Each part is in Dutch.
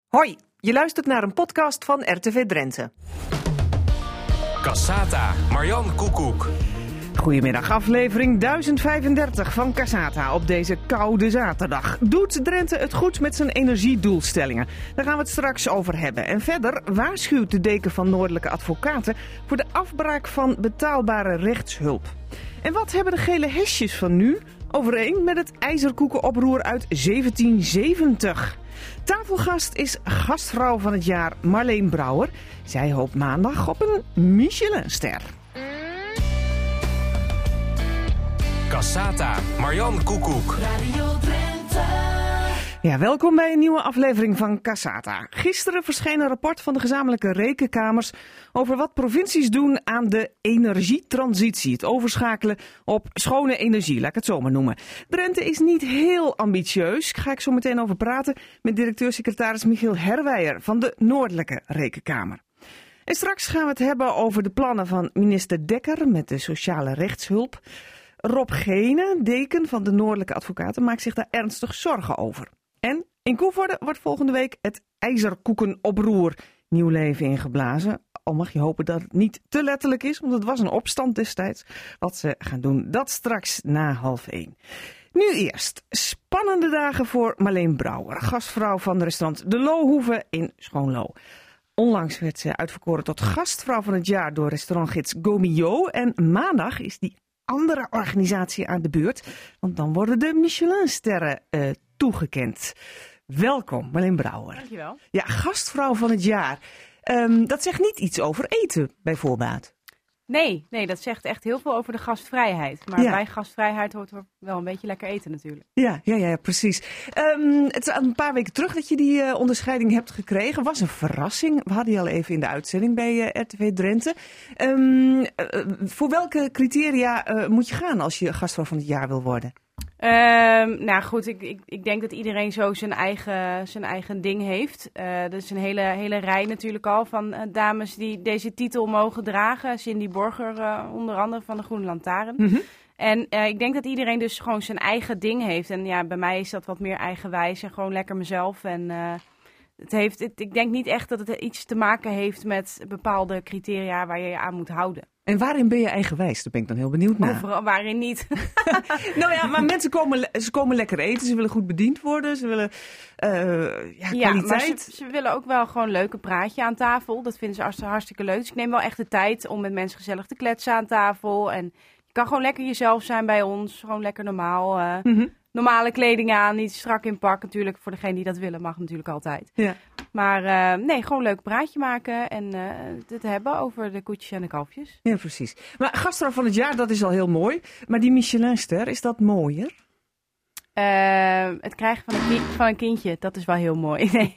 Hoi, je luistert naar een podcast van RTV Drenthe. Cassata, Marjan Koekoek. Goedemiddag, aflevering 1035 van Cassata op deze koude zaterdag. Doet Drenthe het goed met zijn energiedoelstellingen? Daar gaan we het straks over hebben. En verder waarschuwt de deken van Noordelijke Advocaten voor de afbraak van betaalbare rechtshulp. En wat hebben de gele hesjes van nu overeen met het ijzerkoekenoproer uit 1770? Tafelgast is gastvrouw van het jaar Marleen Brouwer. Zij hoopt maandag op een Michelinster. Cassata, Marjan Koekoek. Ja, welkom bij een nieuwe aflevering van Cassata. Gisteren verscheen een rapport van de gezamenlijke rekenkamers over wat provincies doen aan de energietransitie. Het overschakelen op schone energie, laat ik het zo maar noemen. Drenthe is niet heel ambitieus. Daar ga ik zo meteen over praten met directeur-secretaris Michiel Herwijer van de Noordelijke Rekenkamer. En straks gaan we het hebben over de plannen van minister Dekker met de sociale rechtshulp. Rob Gene, deken van de Noordelijke Advocaten, maakt zich daar ernstig zorgen over. En in Koevoorde wordt volgende week het ijzerkoekenoproer nieuw leven ingeblazen. Al mag je hopen dat het niet te letterlijk is, want het was een opstand destijds. Wat ze gaan doen, dat straks na 12:30. Nu eerst, spannende dagen voor Marleen Brouwer, gastvrouw van restaurant De Lohoeve in Schoonlo. Onlangs werd ze uitverkoren tot gastvrouw van het jaar door restaurantgids Gomio. En maandag is die andere organisatie aan de beurt, want dan worden de Michelinsterren toegekend. Welkom, Marleen Brouwer. Dankjewel. Ja, gastvrouw van het jaar. Dat zegt niet iets over eten, bij voorbaat. Nee, dat zegt echt heel veel over de gastvrijheid. Maar Ja. bij gastvrijheid hoort er wel een beetje lekker eten natuurlijk. Ja, precies. Het is een paar weken terug dat je die onderscheiding hebt gekregen. Was een verrassing. We hadden je al even in de uitzending bij RTV Drenthe. Voor welke criteria moet je gaan als je gastvrouw van het jaar wil worden? Nou goed, ik denk dat iedereen zo zijn eigen ding heeft. Er is een hele rij natuurlijk al van dames die deze titel mogen dragen. Cindy Borger onder andere van de Groene Lantaarn. Mm-hmm. En ik denk dat iedereen dus gewoon zijn eigen ding heeft. En ja, bij mij is dat wat meer eigenwijs en gewoon lekker mezelf. En ik denk niet echt dat het iets te maken heeft met bepaalde criteria waar je je aan moet houden. En waarin ben je eigenwijs? Daar ben ik dan heel benieuwd naar. Overal, waarin niet. Nou ja, maar mensen komen lekker eten. Ze willen goed bediend worden. Ze willen kwaliteit. Maar ze willen ook wel gewoon een leuke praatje aan tafel. Dat vinden ze hartstikke leuk. Dus ik neem wel echt de tijd om met mensen gezellig te kletsen aan tafel. En je kan gewoon lekker jezelf zijn bij ons. Gewoon lekker normaal. Normale kleding aan. Niet strak in pak natuurlijk. Voor degene die dat willen mag natuurlijk altijd. Ja. Maar gewoon een leuk praatje maken. En het hebben over de koetjes en de kalfjes. Ja, precies. Maar gastvrouw van het jaar, dat is al heel mooi. Maar die Michelinster, is dat mooier? Het krijgen van een kindje, dat is wel heel mooi. Nee.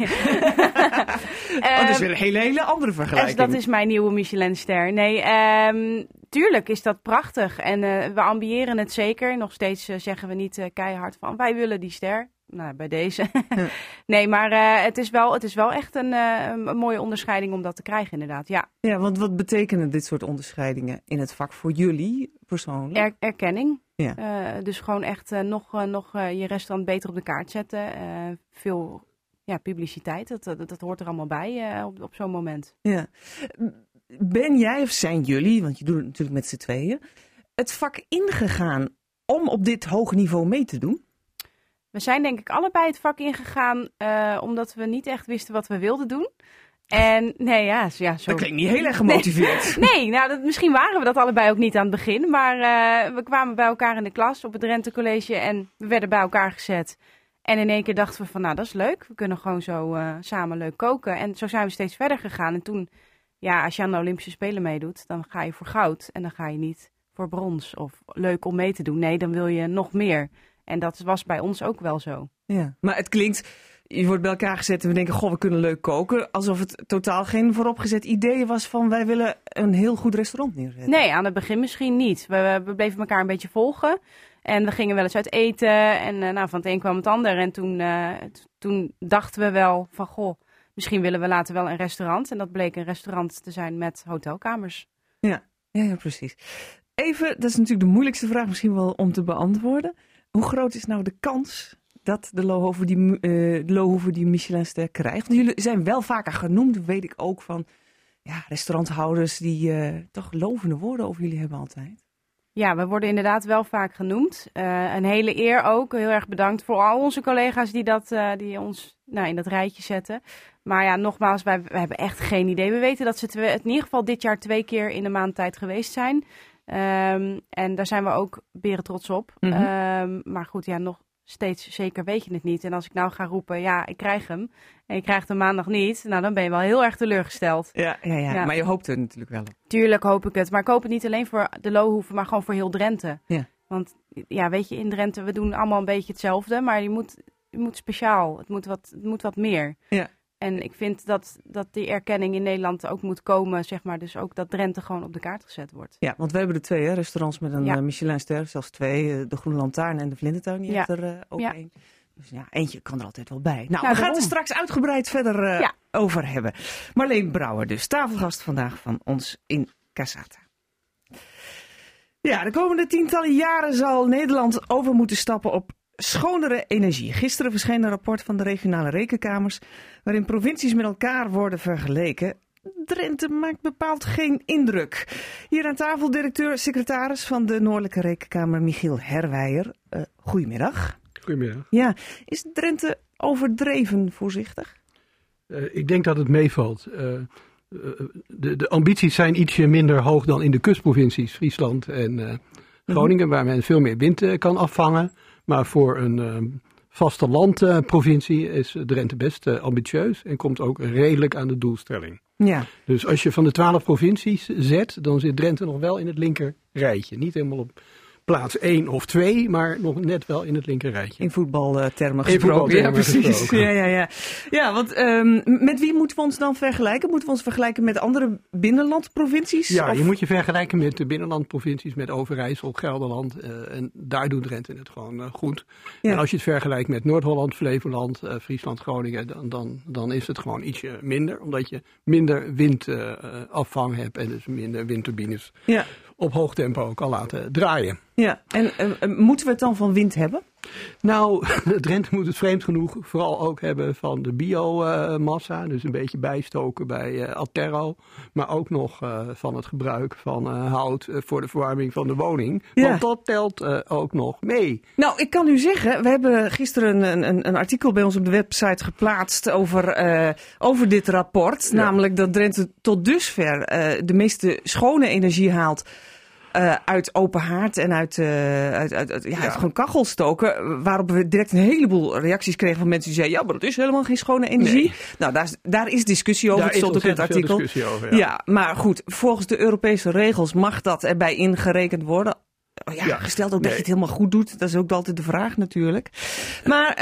Dat is weer een hele andere vergelijking. Dat is mijn nieuwe Michelinster. Nee, tuurlijk is dat prachtig. En we ambiëren het zeker. Nog steeds zeggen we niet keihard van wij willen die ster. Nou, bij deze. Ja. Nee, maar het is wel echt een mooie onderscheiding om dat te krijgen inderdaad. Ja, Ja, want wat betekenen dit soort onderscheidingen in het vak voor jullie persoonlijk? erkenning. Ja. Dus gewoon echt nog je restaurant beter op de kaart zetten. Veel publiciteit, dat hoort er allemaal bij op zo'n moment. Ja. Ben jij of zijn jullie, want je doet het natuurlijk met z'n tweeën, het vak ingegaan om op dit hoge niveau mee te doen? We zijn denk ik allebei het vak ingegaan omdat we niet echt wisten wat we wilden doen. En nee, zo. Dat klinkt niet heel erg gemotiveerd. Nee, misschien waren we dat allebei ook niet aan het begin. Maar we kwamen bij elkaar in de klas op het Drenthe College en we werden bij elkaar gezet. En in één keer dachten we van, nou dat is leuk. We kunnen gewoon zo samen leuk koken. En zo zijn we steeds verder gegaan. En toen, als je aan de Olympische Spelen meedoet, dan ga je voor goud. En dan ga je niet voor brons of leuk om mee te doen. Nee, dan wil je nog meer. En dat was bij ons ook wel zo. Ja, maar het klinkt, je wordt bij elkaar gezet en we denken, we kunnen leuk koken. Alsof het totaal geen vooropgezet idee was van, wij willen een heel goed restaurant neerzetten. Nee, aan het begin misschien niet. We bleven elkaar een beetje volgen. En we gingen wel eens uit eten. En van het een kwam het ander. En toen dachten we wel van, misschien willen we later wel een restaurant. En dat bleek een restaurant te zijn met hotelkamers. Ja, precies. Even, dat is natuurlijk de moeilijkste vraag misschien wel om te beantwoorden. Hoe groot is nou de kans dat de Lohoever die Michelinster krijgt? Want jullie zijn wel vaker genoemd, weet ik ook, van restauranthouders die toch lovende woorden over jullie hebben altijd. Ja, we worden inderdaad wel vaak genoemd. Een hele eer ook. Heel erg bedankt voor al onze collega's die ons in dat rijtje zetten. Maar ja, nogmaals, wij hebben echt geen idee. We weten dat ze in ieder geval dit jaar 2 keer in de maand tijd geweest zijn. En daar zijn we ook beren trots op. Mm-hmm. Maar goed, nog steeds zeker weet je het niet. En als ik nou ga roepen, ik krijg hem. En je krijgt hem maandag niet. Nou, dan ben je wel heel erg teleurgesteld. Ja. Maar je hoopt er natuurlijk wel op. Tuurlijk hoop ik het. Maar ik hoop het niet alleen voor de Lohoever, maar gewoon voor heel Drenthe. Ja. Want weet je, in Drenthe, we doen allemaal een beetje hetzelfde. Maar je moet speciaal. Het moet wat meer. Ja. En ik vind dat die erkenning in Nederland ook moet komen, zeg maar. Dus ook dat Drenthe gewoon op de kaart gezet wordt. Ja, want we hebben er 2 restaurants met een Michelinster. Zelfs 2, de Groene Lantaarn en de Vlindertuin. Die heeft er ook 1. Dus eentje kan er altijd wel bij. Nou, we gaan het er straks uitgebreid verder over hebben. Marleen Brouwer dus, tafelgast vandaag van ons in Cassata. Ja, de komende tientallen jaren zal Nederland over moeten stappen op schonere energie. Gisteren verscheen een rapport van de regionale rekenkamers waarin provincies met elkaar worden vergeleken. Drenthe maakt bepaald geen indruk. Hier aan tafel directeur-secretaris van de Noordelijke Rekenkamer Michiel Herwijer. Goedemiddag. Goedemiddag. Ja, is Drenthe overdreven voorzichtig? Ik denk dat het meevalt. De ambities zijn ietsje minder hoog dan in de kustprovincies, Friesland en Groningen, waar men veel meer wind kan afvangen. Maar voor een vastelandprovincie is Drenthe best ambitieus en komt ook redelijk aan de doelstelling. Ja. Dus als je van de 12 provincies zet, dan zit Drenthe nog wel in het linker rijtje. Niet helemaal op plaats 1 of 2, maar nog net wel in het linker rijtje. In voetbaltermen gesproken. Ja, precies. Ja, want met wie moeten we ons dan vergelijken? Moeten we ons vergelijken met andere binnenlandprovincies? Ja, je moet je vergelijken met de binnenlandprovincies, met Overijssel, Gelderland. En daar doet Drenthe het gewoon goed. Ja. En als je het vergelijkt met Noord-Holland, Flevoland, Friesland, Groningen, dan is het gewoon ietsje minder. Omdat je minder windafvang hebt en dus minder windturbines op hoog tempo kan laten draaien. Ja, en moeten we het dan van wind hebben? Nou, Drenthe moet het vreemd genoeg vooral ook hebben van de biomassa. Dus een beetje bijstoken bij Alterro. Maar ook nog van het gebruik van hout voor de verwarming van de woning. Ja. Want dat telt ook nog mee. Nou, ik kan u zeggen, we hebben gisteren een artikel bij ons op de website geplaatst over dit rapport. Ja. Namelijk dat Drenthe tot dusver de meeste schone energie haalt. Uit open haard en uit gewoon kachelstoken. Waarop we direct een heleboel reacties kregen van mensen die zeiden, ja, maar dat is helemaal geen schone energie. Nee. Nou, daar is discussie over. Het stond ook in het artikel. Over, ja, maar goed, volgens de Europese regels mag dat erbij ingerekend worden. Gesteld ook dat je het helemaal goed doet. Dat is ook altijd de vraag natuurlijk. Maar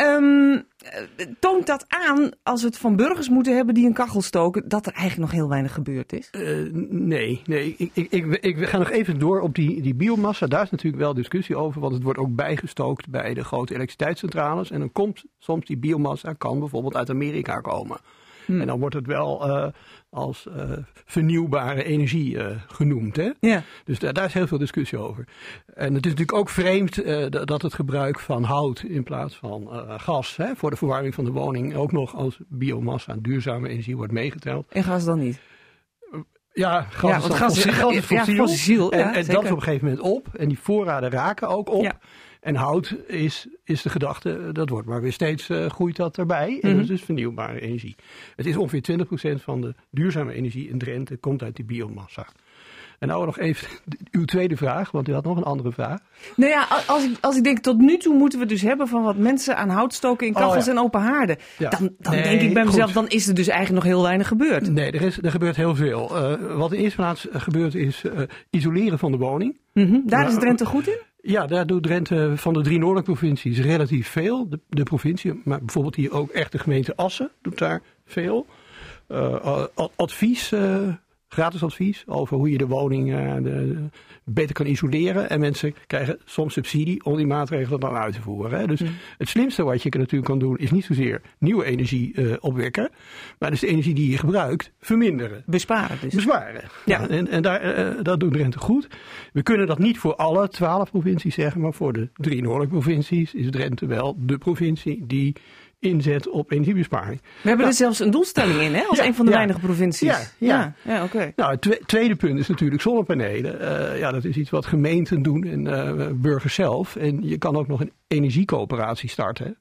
toont dat aan, als we het van burgers moeten hebben die een kachel stoken, dat er eigenlijk nog heel weinig gebeurd is? Nee. Ik ga nog even door op die biomassa. Daar is natuurlijk wel discussie over, want het wordt ook bijgestookt bij de grote elektriciteitscentrales. En dan komt soms die biomassa, kan bijvoorbeeld uit Amerika komen. En dan wordt het wel als vernieuwbare energie genoemd. Hè? Ja. Dus daar is heel veel discussie over. En het is natuurlijk ook vreemd dat het gebruik van hout in plaats van gas voor de verwarming van de woning ook nog als biomassa, duurzame energie wordt meegeteld. En gas dan niet? Ja, gas is fossiel. En dat is op een gegeven moment op. En die voorraden raken ook op. Ja. En hout is de gedachte, dat wordt maar weer steeds groeit dat erbij. En dat is dus vernieuwbare energie. Het is ongeveer 20% van de duurzame energie in Drenthe komt uit die biomassa. En nou nog even uw tweede vraag, want u had nog een andere vraag. Nou ja, als ik denk tot nu toe moeten we dus hebben van wat mensen aan hout stoken in kachels en open haarden. Ja. Dan denk ik bij mezelf, dan is er dus eigenlijk nog heel weinig gebeurd. Nee, er gebeurt heel veel. Wat in eerste plaats gebeurt is isoleren van de woning. Daar is Drenthe goed in? Ja, daar doet Drenthe van de 3 noordelijke provincies relatief veel. De provincie, maar bijvoorbeeld hier ook echt de gemeente Assen doet daar veel. Advies gratis advies over hoe je de woning beter kan isoleren. En mensen krijgen soms subsidie om die maatregelen dan uit te voeren. Hè. Dus het slimste wat je natuurlijk kan doen is niet zozeer nieuwe energie opwekken. Maar dus de energie die je gebruikt verminderen. Besparen dus. Besparen. Ja. En dat doet Drenthe goed. We kunnen dat niet voor alle 12 provincies zeggen. Maar voor de 3 noordelijke provincies is Drenthe wel de provincie die inzet op energiebesparing. We hebben er zelfs een doelstelling in, hè? Als een van de weinige provincies. Ja, oké. Nou, het tweede punt is natuurlijk zonnepanelen. Dat is iets wat gemeenten doen en burgers zelf. En je kan ook nog een energiecoöperatie starten.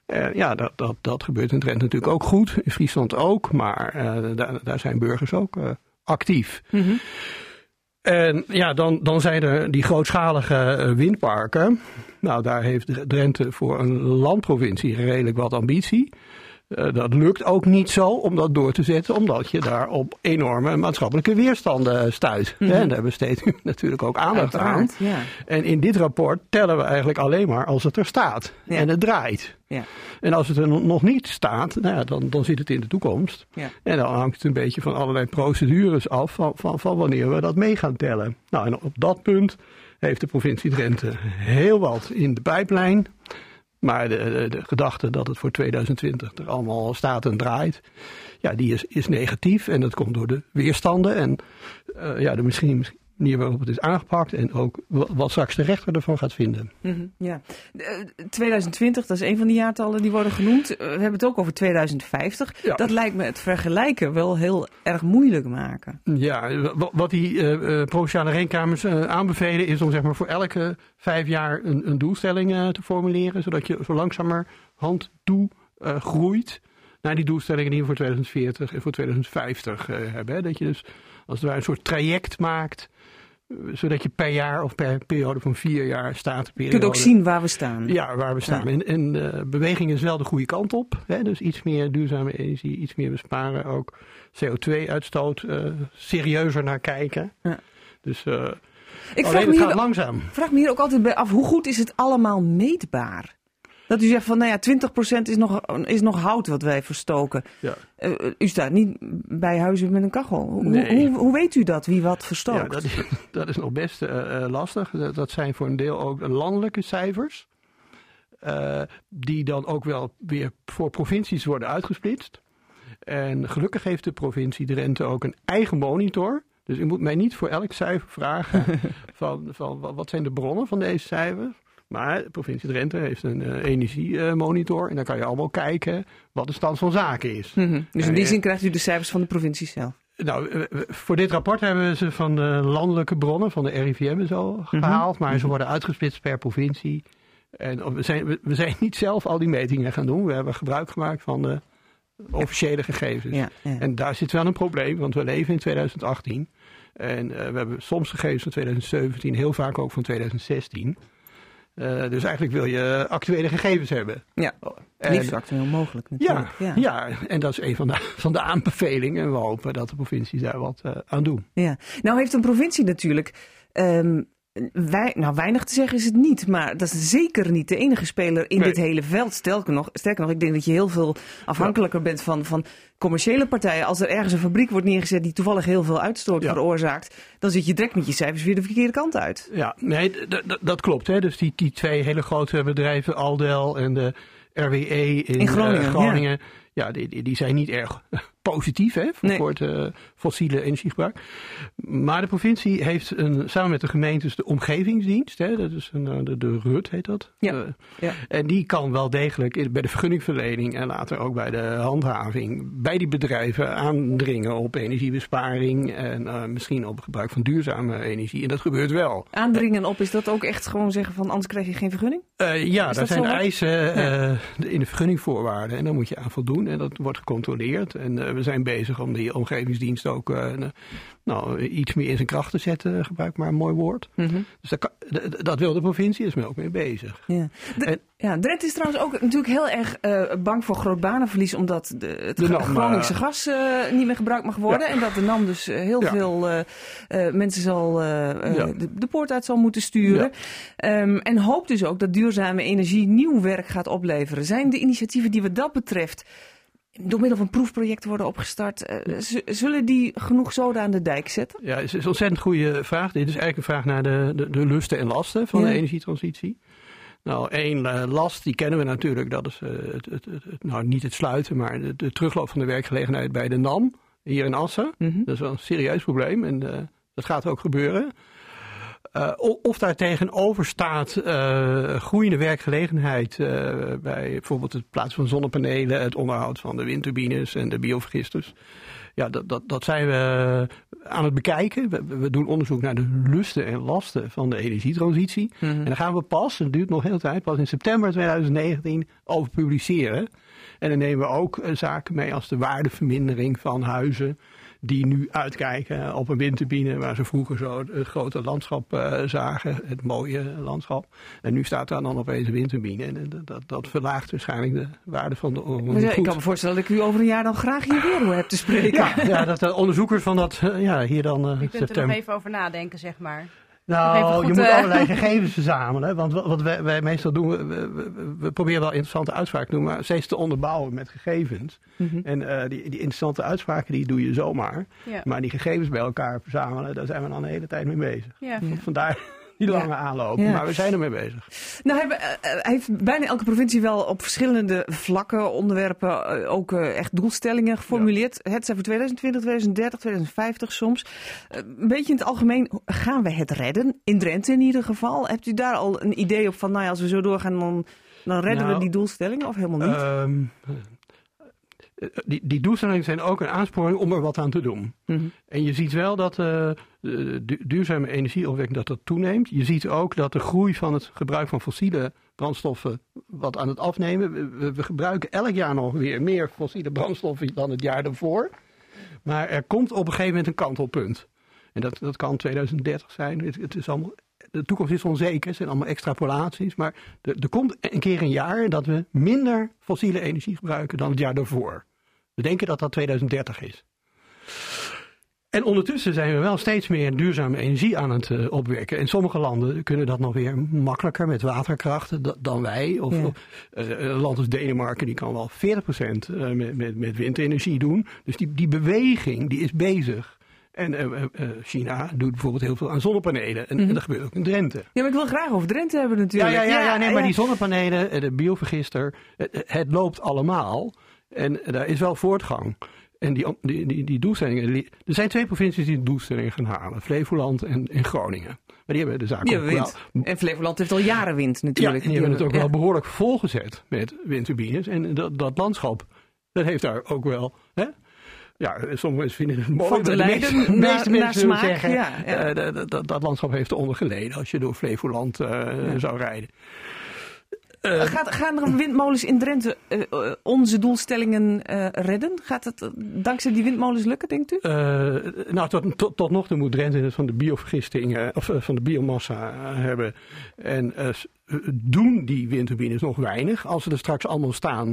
Dat gebeurt in Drenthe natuurlijk ook goed. In Friesland ook, maar daar zijn burgers ook actief. Mm-hmm. En dan zijn er die grootschalige windparken. Nou, daar heeft Drenthe voor een landprovincie redelijk wat ambitie. Dat lukt ook niet zo om dat door te zetten, omdat je daar op enorme maatschappelijke weerstanden stuit. Mm-hmm. En daar besteedt u natuurlijk ook aandacht aan. Ja. En in dit rapport tellen we eigenlijk alleen maar als het er staat en het draait. Ja. En als het er nog niet staat, dan zit het in de toekomst. Ja. En dan hangt het een beetje van allerlei procedures af van wanneer we dat mee gaan tellen. Nou, en op dat punt heeft de provincie Drenthe heel wat in de pijplijn. Maar de gedachte dat het voor 2020 er allemaal staat en draait, die is negatief. En dat komt door de weerstanden en de manier waarop het is aangepakt. En ook wat straks de rechter ervan gaat vinden. Mm-hmm, 2020, dat is een van de jaartallen die worden genoemd. We hebben het ook over 2050. Ja. Dat lijkt me het vergelijken wel heel erg moeilijk maken. Ja, wat die provinciale rekenkamers aanbevelen is om zeg maar voor elke 5 jaar een doelstelling te formuleren. Zodat je zo langzamerhand toe groeit naar die doelstellingen die we voor 2040 en voor 2050 hebben. Hè. Dat je dus als het ware een soort traject maakt, zodat je per jaar of per periode van 4 jaar staat. Je kunt ook zien waar we staan. Ja, waar we staan. Ja. En beweging is wel de goede kant op. Hè? Dus iets meer duurzame energie, iets meer besparen. Ook CO2-uitstoot serieuzer naar kijken. Ja. Dus het gaat langzaam. Ik vraag me hier ook altijd bij af, hoe goed is het allemaal meetbaar? Dat u zegt van, 20% is nog hout wat wij verstoken. Ja. U staat niet bij huizen met een kachel. Nee. Hoe weet u dat, wie wat verstookt? Ja, dat is nog best lastig. Dat zijn voor een deel ook landelijke cijfers. Die dan ook wel weer voor provincies worden uitgesplitst. En gelukkig heeft de provincie Drenthe ook een eigen monitor. Dus u moet mij niet voor elk cijfer vragen van wat zijn de bronnen van deze cijfers. Maar de provincie Drenthe heeft een energiemonitor. En dan kan je allemaal kijken wat de stand van zaken is. Mm-hmm. Dus in die zin krijgt u de cijfers van de provincie zelf? Nou, voor dit rapport hebben we ze van de landelijke bronnen, van de RIVM en zo gehaald. Maar ze worden uitgesplitst per provincie. En we zijn niet zelf al die metingen gaan doen. We hebben gebruik gemaakt van de officiële gegevens. Ja. En daar zit wel een probleem, want we leven in 2018. En we hebben soms gegevens van 2017, heel vaak ook van 2016. Dus eigenlijk wil je actuele gegevens hebben. Ja, liefst actueel mogelijk natuurlijk. Ja, en dat is een van de aanbevelingen. En we hopen dat de provincies daar wat aan doen. Ja. Nou heeft een provincie natuurlijk weinig te zeggen is het niet. Maar dat is zeker niet de enige speler in dit hele veld. Sterker nog, ik denk dat je heel veel afhankelijker bent van commerciële partijen. Als er ergens een fabriek wordt neergezet die toevallig heel veel uitstoot veroorzaakt, dan zit je direct met je cijfers weer de verkeerde kant uit. Ja, nee, dat klopt. Hè. Dus die 2 hele grote bedrijven, Aldel en de RWE in Groningen. Ja, die zijn niet erg positief voor het fossiele energiegebruik. Maar de provincie heeft samen met de gemeentes de omgevingsdienst. Hè, dat is de RUT heet dat. Ja. En die kan wel degelijk bij de vergunningverlening en later ook bij de handhaving bij die bedrijven aandringen op energiebesparing en misschien op het gebruik van duurzame energie. En dat gebeurt wel. Aandringen op, is dat ook echt gewoon zeggen van anders krijg je geen vergunning? Daar zijn eisen in de vergunningvoorwaarden en daar moet je aan voldoen. En dat wordt gecontroleerd. En we zijn bezig om die omgevingsdienst ook iets meer in zijn kracht te zetten. Gebruik maar een mooi woord. Mm-hmm. Dus dat wil de provincie, is men ook mee bezig. Ja. Drenthe is trouwens ook natuurlijk heel erg bang voor groot banenverlies. Omdat het Groningse gas niet meer gebruikt mag worden. Ja. En dat de NAM dus heel veel mensen zal de poort uit zal moeten sturen. Ja. En hoopt dus ook dat duurzame energie nieuw werk gaat opleveren. Zijn de initiatieven die wat dat betreft door middel van proefprojecten worden opgestart. Zullen die genoeg zoden aan de dijk zetten? Ja, het is een ontzettend goede vraag. Dit is eigenlijk een vraag naar de lusten en lasten van de energietransitie. Nou, één last, die kennen we natuurlijk. Dat is niet het sluiten, maar de terugloop van de werkgelegenheid bij de NAM. Hier in Assen. Mm-hmm. Dat is wel een serieus probleem en dat gaat ook gebeuren. Of daar tegenover staat groeiende werkgelegenheid bij bijvoorbeeld het plaatsen van zonnepanelen, het onderhoud van de windturbines en de biovergisters. Ja, dat zijn we aan het bekijken. We doen onderzoek naar de lusten en lasten van de energietransitie. Mm-hmm. En daar gaan we pas, het duurt nog heel tijd, pas in september 2019 over publiceren. En dan nemen we ook zaken mee als de waardevermindering van huizen die nu uitkijken op een windturbine waar ze vroeger zo het grote landschap zagen, het mooie landschap. En nu staat daar dan opeens een windturbine en dat verlaagt waarschijnlijk de waarde van de onderzoek. Ik kan me voorstellen dat ik u over een jaar dan graag hier weer heb te spreken. Ja, dat de onderzoekers van dat hier dan september. Je kunt er nog even over nadenken, zeg maar. Nou, je moet allerlei gegevens verzamelen. Want wat wij meestal doen, we proberen wel interessante uitspraken te doen, maar steeds te onderbouwen met gegevens. Mm-hmm. En die interessante uitspraken, die doe je zomaar. Ja. Maar die gegevens bij elkaar verzamelen, daar zijn we dan de hele tijd mee bezig. Ja. Vandaar die lange aanloop. Ja. Maar we zijn ermee bezig. Nou, heeft bijna elke provincie wel op verschillende vlakken, onderwerpen, ook echt doelstellingen geformuleerd. Ja. Het zijn voor 2020, 2030, 2050 soms. Een beetje in het algemeen, gaan we het redden? In Drenthe in ieder geval. Hebt u daar al een idee op van, nou ja, als we zo doorgaan, dan redden we die doelstellingen of helemaal niet? Die doelstellingen zijn ook een aansporing om er wat aan te doen. Mm-hmm. En je ziet wel dat duurzame energieopwekking dat toeneemt. Je ziet ook dat de groei van het gebruik van fossiele brandstoffen wat aan het afnemen. We gebruiken elk jaar nog weer meer fossiele brandstoffen dan het jaar daarvoor. Maar er komt op een gegeven moment een kantelpunt. En dat kan 2030 zijn. Het is allemaal, de toekomst is onzeker, het zijn allemaal extrapolaties. Maar er komt een keer een jaar dat we minder fossiele energie gebruiken dan het jaar daarvoor. We denken dat dat 2030 is. En ondertussen zijn we wel steeds meer duurzame energie aan het opwekken. En sommige landen kunnen dat nog weer makkelijker met waterkracht dan wij. Of een land als Denemarken, die kan wel 40% met windenergie doen. Dus die beweging die is bezig. En China doet bijvoorbeeld heel veel aan zonnepanelen. En dat gebeurt ook in Drenthe. Ja, maar ik wil graag over Drenthe hebben natuurlijk. Maar die zonnepanelen, de biovergister, het loopt allemaal. En daar is wel voortgang. En die doelstellingen, er zijn 2 provincies die de doelstellingen gaan halen. Flevoland en Groningen. Maar die hebben de zaak ook wel. En Flevoland heeft al jaren wind natuurlijk. Ja, en die hebben het ook wel behoorlijk volgezet met windturbines. En dat landschap, dat heeft daar ook wel... Hè? Ja, sommige mensen vinden het mooi. Van de meeste mensen zullen zeggen, dat landschap heeft eronder geleden als je door Flevoland zou rijden. Gaan er windmolens in Drenthe onze doelstellingen redden? Gaat het dankzij die windmolens lukken, denkt u? Tot nog toe moet Drenthe het van de biovergisting of van de biomassa hebben. En doen die windturbines nog weinig. Als ze er straks allemaal staan,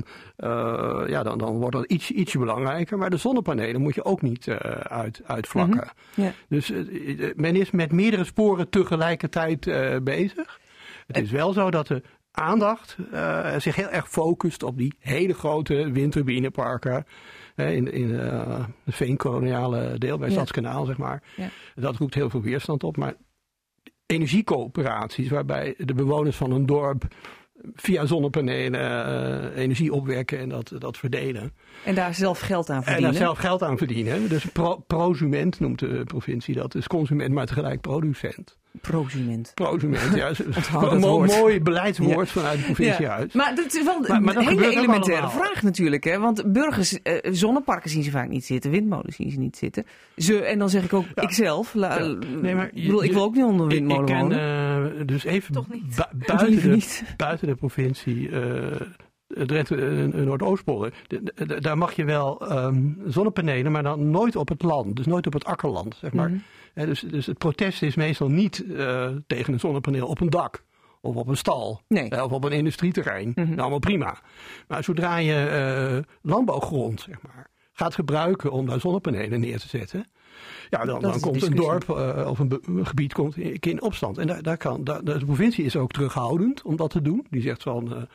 dan wordt dat ietsje belangrijker. Maar de zonnepanelen moet je ook niet uitvlakken. Mm-hmm. Yeah. Dus men is met meerdere sporen tegelijkertijd bezig. Het is wel zo dat de aandacht zich heel erg focust op die hele grote windturbineparken in het veenkoloniale deel bij Stadskanaal, zeg maar. Ja. Dat roept heel veel weerstand op, maar energiecoöperaties waarbij de bewoners van een dorp via zonnepanelen energie opwekken en dat verdelen. En daar zelf geld aan verdienen. Dus prosument noemt de provincie dat. Dus consument, maar tegelijk producent. Prosument, ja. Een mooi beleidswoord vanuit de provincie uit. Maar dat is wel een hele elementaire vraag natuurlijk. Hè? Want burgers, zonneparken zien ze vaak niet zitten. Windmolens zien ze niet zitten. En dan zeg ik ook, ikzelf. Ik wil ook niet onder een windmolen wonen. Dus even toch niet. Buiten de provincie... Drenthe, Noordoostpolder. Daar mag je wel zonnepanelen, maar dan nooit op het land. Dus nooit op het akkerland, zeg maar. Mm-hmm. Dus het protest is meestal niet tegen een zonnepaneel op een dak. Of op een stal. Nee. Of op een industrieterrein. Mm-hmm. Nou, allemaal prima. Maar zodra je landbouwgrond, zeg maar, gaat gebruiken om daar zonnepanelen neer te zetten. Ja, dan komt een dorp of een gebied komt in opstand. En de provincie is ook terughoudend om dat te doen. Die zegt van,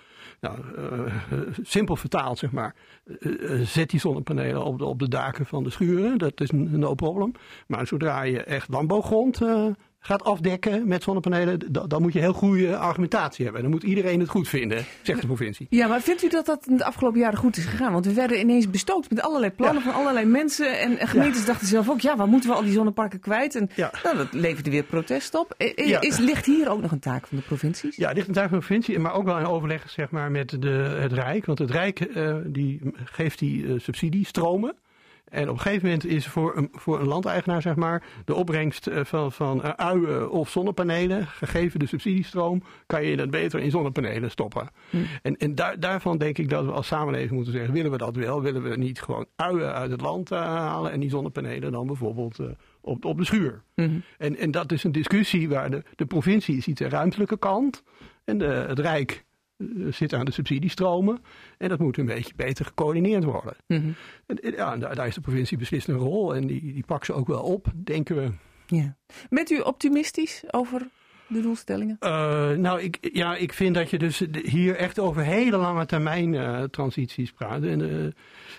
simpel vertaald zeg maar, zet die zonnepanelen op de daken van de schuren. Dat is no problem. Maar zodra je echt landbouwgrond gaat afdekken met zonnepanelen, dan moet je heel goede argumentatie hebben. Dan moet iedereen het goed vinden, zegt de provincie. Ja, maar vindt u dat in de afgelopen jaren goed is gegaan? Want we werden ineens bestookt met allerlei plannen van allerlei mensen. En gemeentes dachten zelf ook, waar moeten we al die zonneparken kwijt? En dat leverde weer protest op. Ligt hier ook nog een taak van de provincies? Ja, er ligt een taak van de provincie, maar ook wel in overleg zeg maar, met het Rijk. Want het Rijk die geeft die subsidiestromen. En op een gegeven moment is voor een landeigenaar zeg maar, de opbrengst van uien of zonnepanelen, gegeven de subsidiestroom, kan je dat beter in zonnepanelen stoppen. En daarvan denk ik dat we als samenleving moeten zeggen, willen we dat wel? Willen we niet gewoon uien uit het land halen en die zonnepanelen dan bijvoorbeeld op de schuur? En dat is een discussie waar de provincie ziet de ruimtelijke kant en het Rijk zit aan de subsidiestromen. En dat moet een beetje beter gecoördineerd worden. Daar is de provincie beslist een rol. En die pakt ze ook wel op, denken we. Ja. Bent u optimistisch over de doelstellingen? Ik vind dat je dus hier echt over hele lange termijn transities praat. En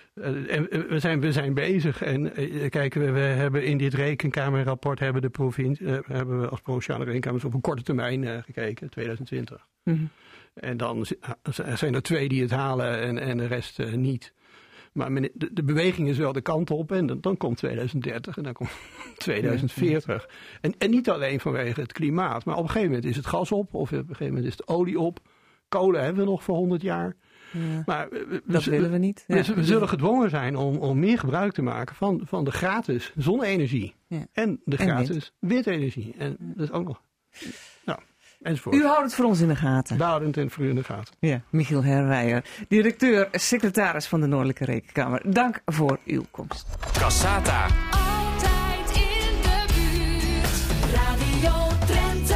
we zijn bezig. En kijk, we hebben in dit rekenkamerrapport hebben we als Provinciale Rekenkamers op een korte termijn gekeken, 2020. En dan zijn er 2 die het halen en de rest niet. Maar de beweging is wel de kant op en dan komt 2030 en dan komt 2040. En niet alleen vanwege het klimaat, maar op een gegeven moment is het gas op of op een gegeven moment is de olie op. Kolen hebben we nog voor 100 jaar. Ja, maar dat willen we niet. Ja. We zullen gedwongen zijn om meer gebruik te maken van de gratis zonne-energie en de gratis windenergie. En dat is ook nog... Enzovoort. U houdt het voor ons in de gaten. We houden het voor u in de gaten. Ja, Michiel Herwijer, directeur-secretaris van de Noordelijke Rekenkamer. Dank voor uw komst. Cassata. Altijd in de buurt. Radio Drenthe.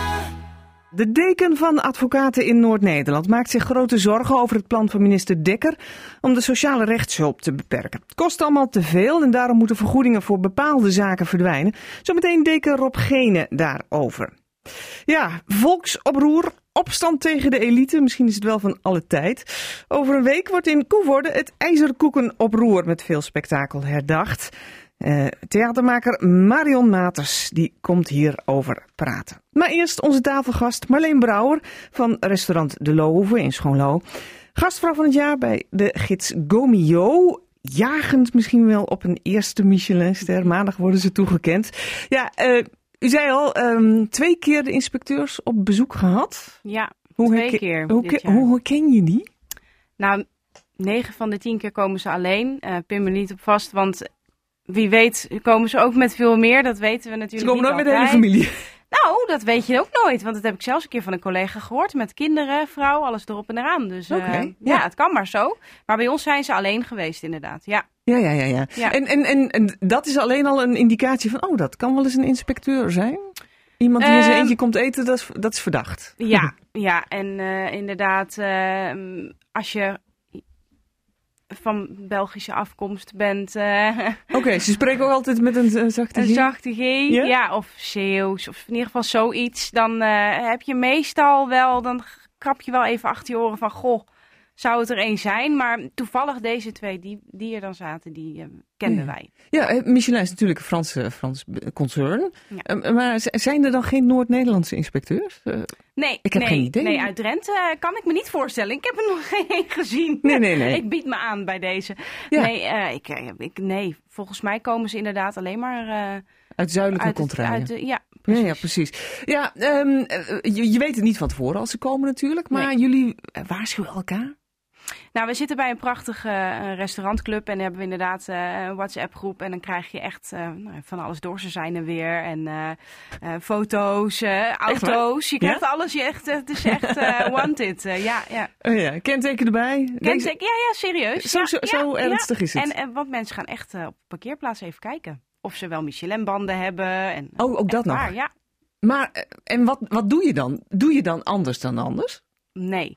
De deken van advocaten in Noord-Nederland maakt zich grote zorgen over het plan van minister Dekker om de sociale rechtshulp te beperken. Het kost allemaal te veel en daarom moeten vergoedingen voor bepaalde zaken verdwijnen. Zometeen deken Rob Gene daarover. Ja, volksoproer, opstand tegen de elite, misschien is het wel van alle tijd. Over een week wordt in Koevoorde het ijzerkoekenoproer met veel spektakel herdacht. Theatermaker Marion Maters, die komt hierover praten. Maar eerst onze tafelgast Marleen Brouwer van restaurant De Lohoeve in Schoonlo. Gastvrouw van het jaar bij de gids Gomio. Jagend misschien wel op een eerste Michelinster. Maandag worden ze toegekend. Ja, u zei al, 2 keer de inspecteurs op bezoek gehad. Ja, 2 keer. Hoe herken je die? Nou, 9 van de 10 keer komen ze alleen. Pin me niet op vast, want wie weet komen ze ook met veel meer. Dat weten we natuurlijk niet. Ze komen nooit met de hele familie. Nou, dat weet je ook nooit. Want dat heb ik zelfs een keer van een collega gehoord. Met kinderen, vrouw, alles erop en eraan. Dus ja, het kan maar zo. Maar bij ons zijn ze alleen geweest inderdaad, ja. Ja. En dat is alleen al een indicatie van, dat kan wel eens een inspecteur zijn? Iemand die in zijn eentje komt eten, dat is verdacht. Ja, en inderdaad, als je van Belgische afkomst bent. Oké, ze spreken ook altijd met een zachte G? Een zachte G, ja, of Zeeuws, of in ieder geval zoiets. Dan heb je meestal wel, dan krap je wel even achter je oren van, goh, zou het er één zijn? Maar toevallig deze 2 die er dan zaten, die kenden wij. Ja, Michelin is natuurlijk een Frans concern. Ja. Maar zijn er dan geen Noord-Nederlandse inspecteurs? Nee, ik heb geen idee. Nee, uit Drenthe kan ik me niet voorstellen. Ik heb er nog geen gezien. Nee. Ik bied me aan bij deze. Ja. Nee, volgens mij komen ze inderdaad alleen maar uit zuidelijke contraien. Ja, precies. Ja, precies. Ja, je weet het niet van tevoren als ze komen natuurlijk. Maar jullie waarschuwen elkaar? Nou, we zitten bij een prachtige restaurantclub en hebben we inderdaad een WhatsApp-groep. En dan krijg je echt van alles door. Ze zijn er weer. En foto's, auto's. Je krijgt alles. Het is echt wanted. Ja. Oh ja, kenteken erbij? Kenteken, ja, serieus. Zo ernstig is het. Want mensen gaan echt op de parkeerplaats even kijken. Of ze wel Michelin-banden hebben. En, ook dat nog? Waar, ja. Maar, en wat doe je dan? Doe je dan anders dan anders? Nee.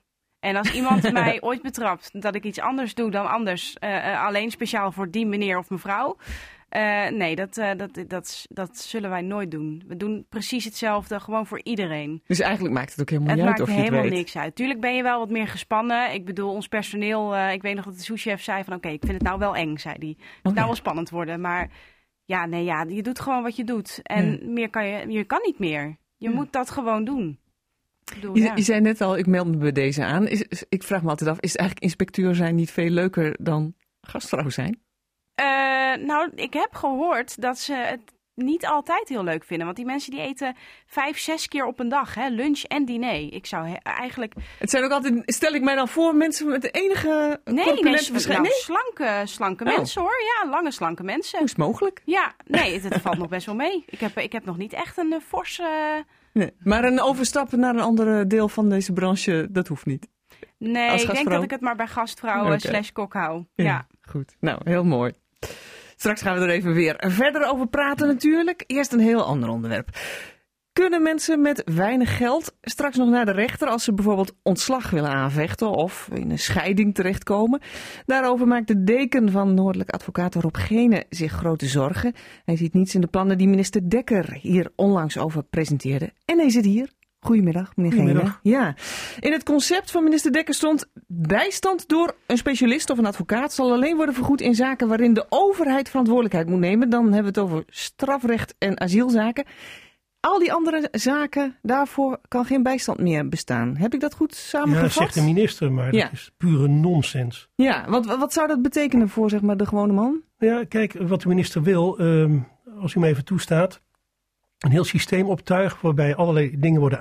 En als iemand mij ooit betrapt dat ik iets anders doe dan anders, alleen speciaal voor die meneer of mevrouw... nee, dat zullen wij nooit doen. We doen precies hetzelfde, gewoon voor iedereen. Dus eigenlijk maakt het ook helemaal niet uit of je het weet. Het maakt helemaal niks uit. Tuurlijk ben je wel wat meer gespannen. Ik bedoel, ons personeel... ik weet nog dat de souschef zei van... Oké, ik vind het nou wel eng, zei hij. Het moet nou wel spannend worden. Maar je doet gewoon wat je doet. En meer kan je kan niet meer. Je moet dat gewoon doen. Je zei net al, ik meld me bij deze aan. Ik vraag me altijd af, is eigenlijk inspecteur zijn niet veel leuker dan gastvrouw zijn? Nou, ik heb gehoord dat ze het niet altijd heel leuk vinden. Want die mensen die eten 5-6 keer op een dag. Hè? Lunch en diner. Ik zou eigenlijk... Het zijn ook altijd, stel ik mij dan voor, mensen met de enige corpulente verschijning? Nee, slanke mensen hoor. Ja, lange slanke mensen. Hoe is het mogelijk? Ja, nee, het valt nog best wel mee. Ik heb nog niet echt een forse... Nee, maar een overstappen naar een andere deel van deze branche, dat hoeft niet. Nee, ik denk dat ik het maar bij gastvrouwen / kok hou. Ja, goed. Nou, heel mooi. Straks gaan we er even weer verder over praten natuurlijk. Eerst een heel ander onderwerp. Kunnen mensen met weinig geld straks nog naar de rechter als ze bijvoorbeeld ontslag willen aanvechten of in een scheiding terechtkomen? Daarover maakt de deken van Noordelijk advocaat Rob Geene zich grote zorgen. Hij ziet niets in de plannen die minister Dekker hier onlangs over presenteerde. En hij zit hier. Goedemiddag, meneer Geene. Ja. In het concept van minister Dekker stond: bijstand door een specialist of een advocaat zal alleen worden vergoed in zaken waarin de overheid verantwoordelijkheid moet nemen. Dan hebben we het over strafrecht en asielzaken. Al die andere zaken, daarvoor kan geen bijstand meer bestaan. Heb ik dat goed samengevat? Ja, zegt de minister, maar dat is pure nonsens. Ja, wat zou dat betekenen voor zeg maar, de gewone man? Ja, kijk, wat de minister wil, als u me even toestaat, een heel systeem optuigen waarbij allerlei dingen worden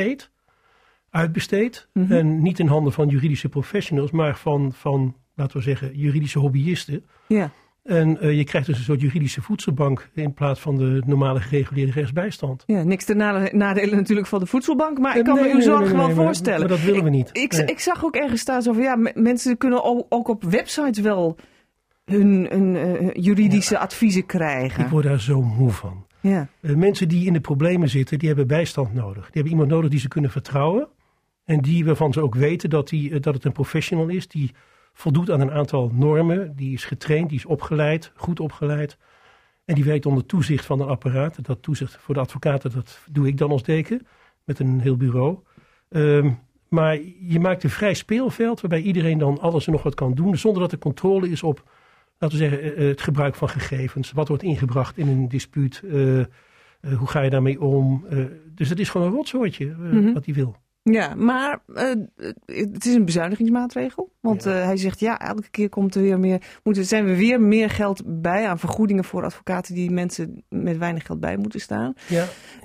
uitbesteed. Mm-hmm. En niet in handen van juridische professionals, maar van laten we zeggen, juridische hobbyisten. Ja. En je krijgt dus een soort juridische voedselbank in plaats van de normale gereguleerde rechtsbijstand. Ja, niks ten nadelen natuurlijk van de voedselbank, maar ik kan me uw zorgen wel voorstellen. Maar dat willen we niet. Ik zag ook ergens staan zo van, mensen kunnen ook op websites wel hun juridische adviezen krijgen. Ik word daar zo moe van. Ja. Mensen die in de problemen zitten, die hebben bijstand nodig. Die hebben iemand nodig die ze kunnen vertrouwen. En waarvan ze ook weten dat het een professional is die voldoet aan een aantal normen. Die is getraind, die is opgeleid, goed opgeleid. En die werkt onder toezicht van een apparaat. Dat toezicht voor de advocaten, dat doe ik dan als deken. Met een heel bureau. Maar je maakt een vrij speelveld waarbij iedereen dan alles en nog wat kan doen. Zonder dat er controle is op, laten we zeggen, het gebruik van gegevens. Wat wordt ingebracht in een dispuut? Hoe ga je daarmee om? Dus het is gewoon een rotzootje wat hij wil. Ja, maar het is een bezuinigingsmaatregel. Want hij zegt, elke keer komt er weer meer, zijn we weer meer geld bij aan vergoedingen voor advocaten die mensen met weinig geld bij moeten staan. Ja.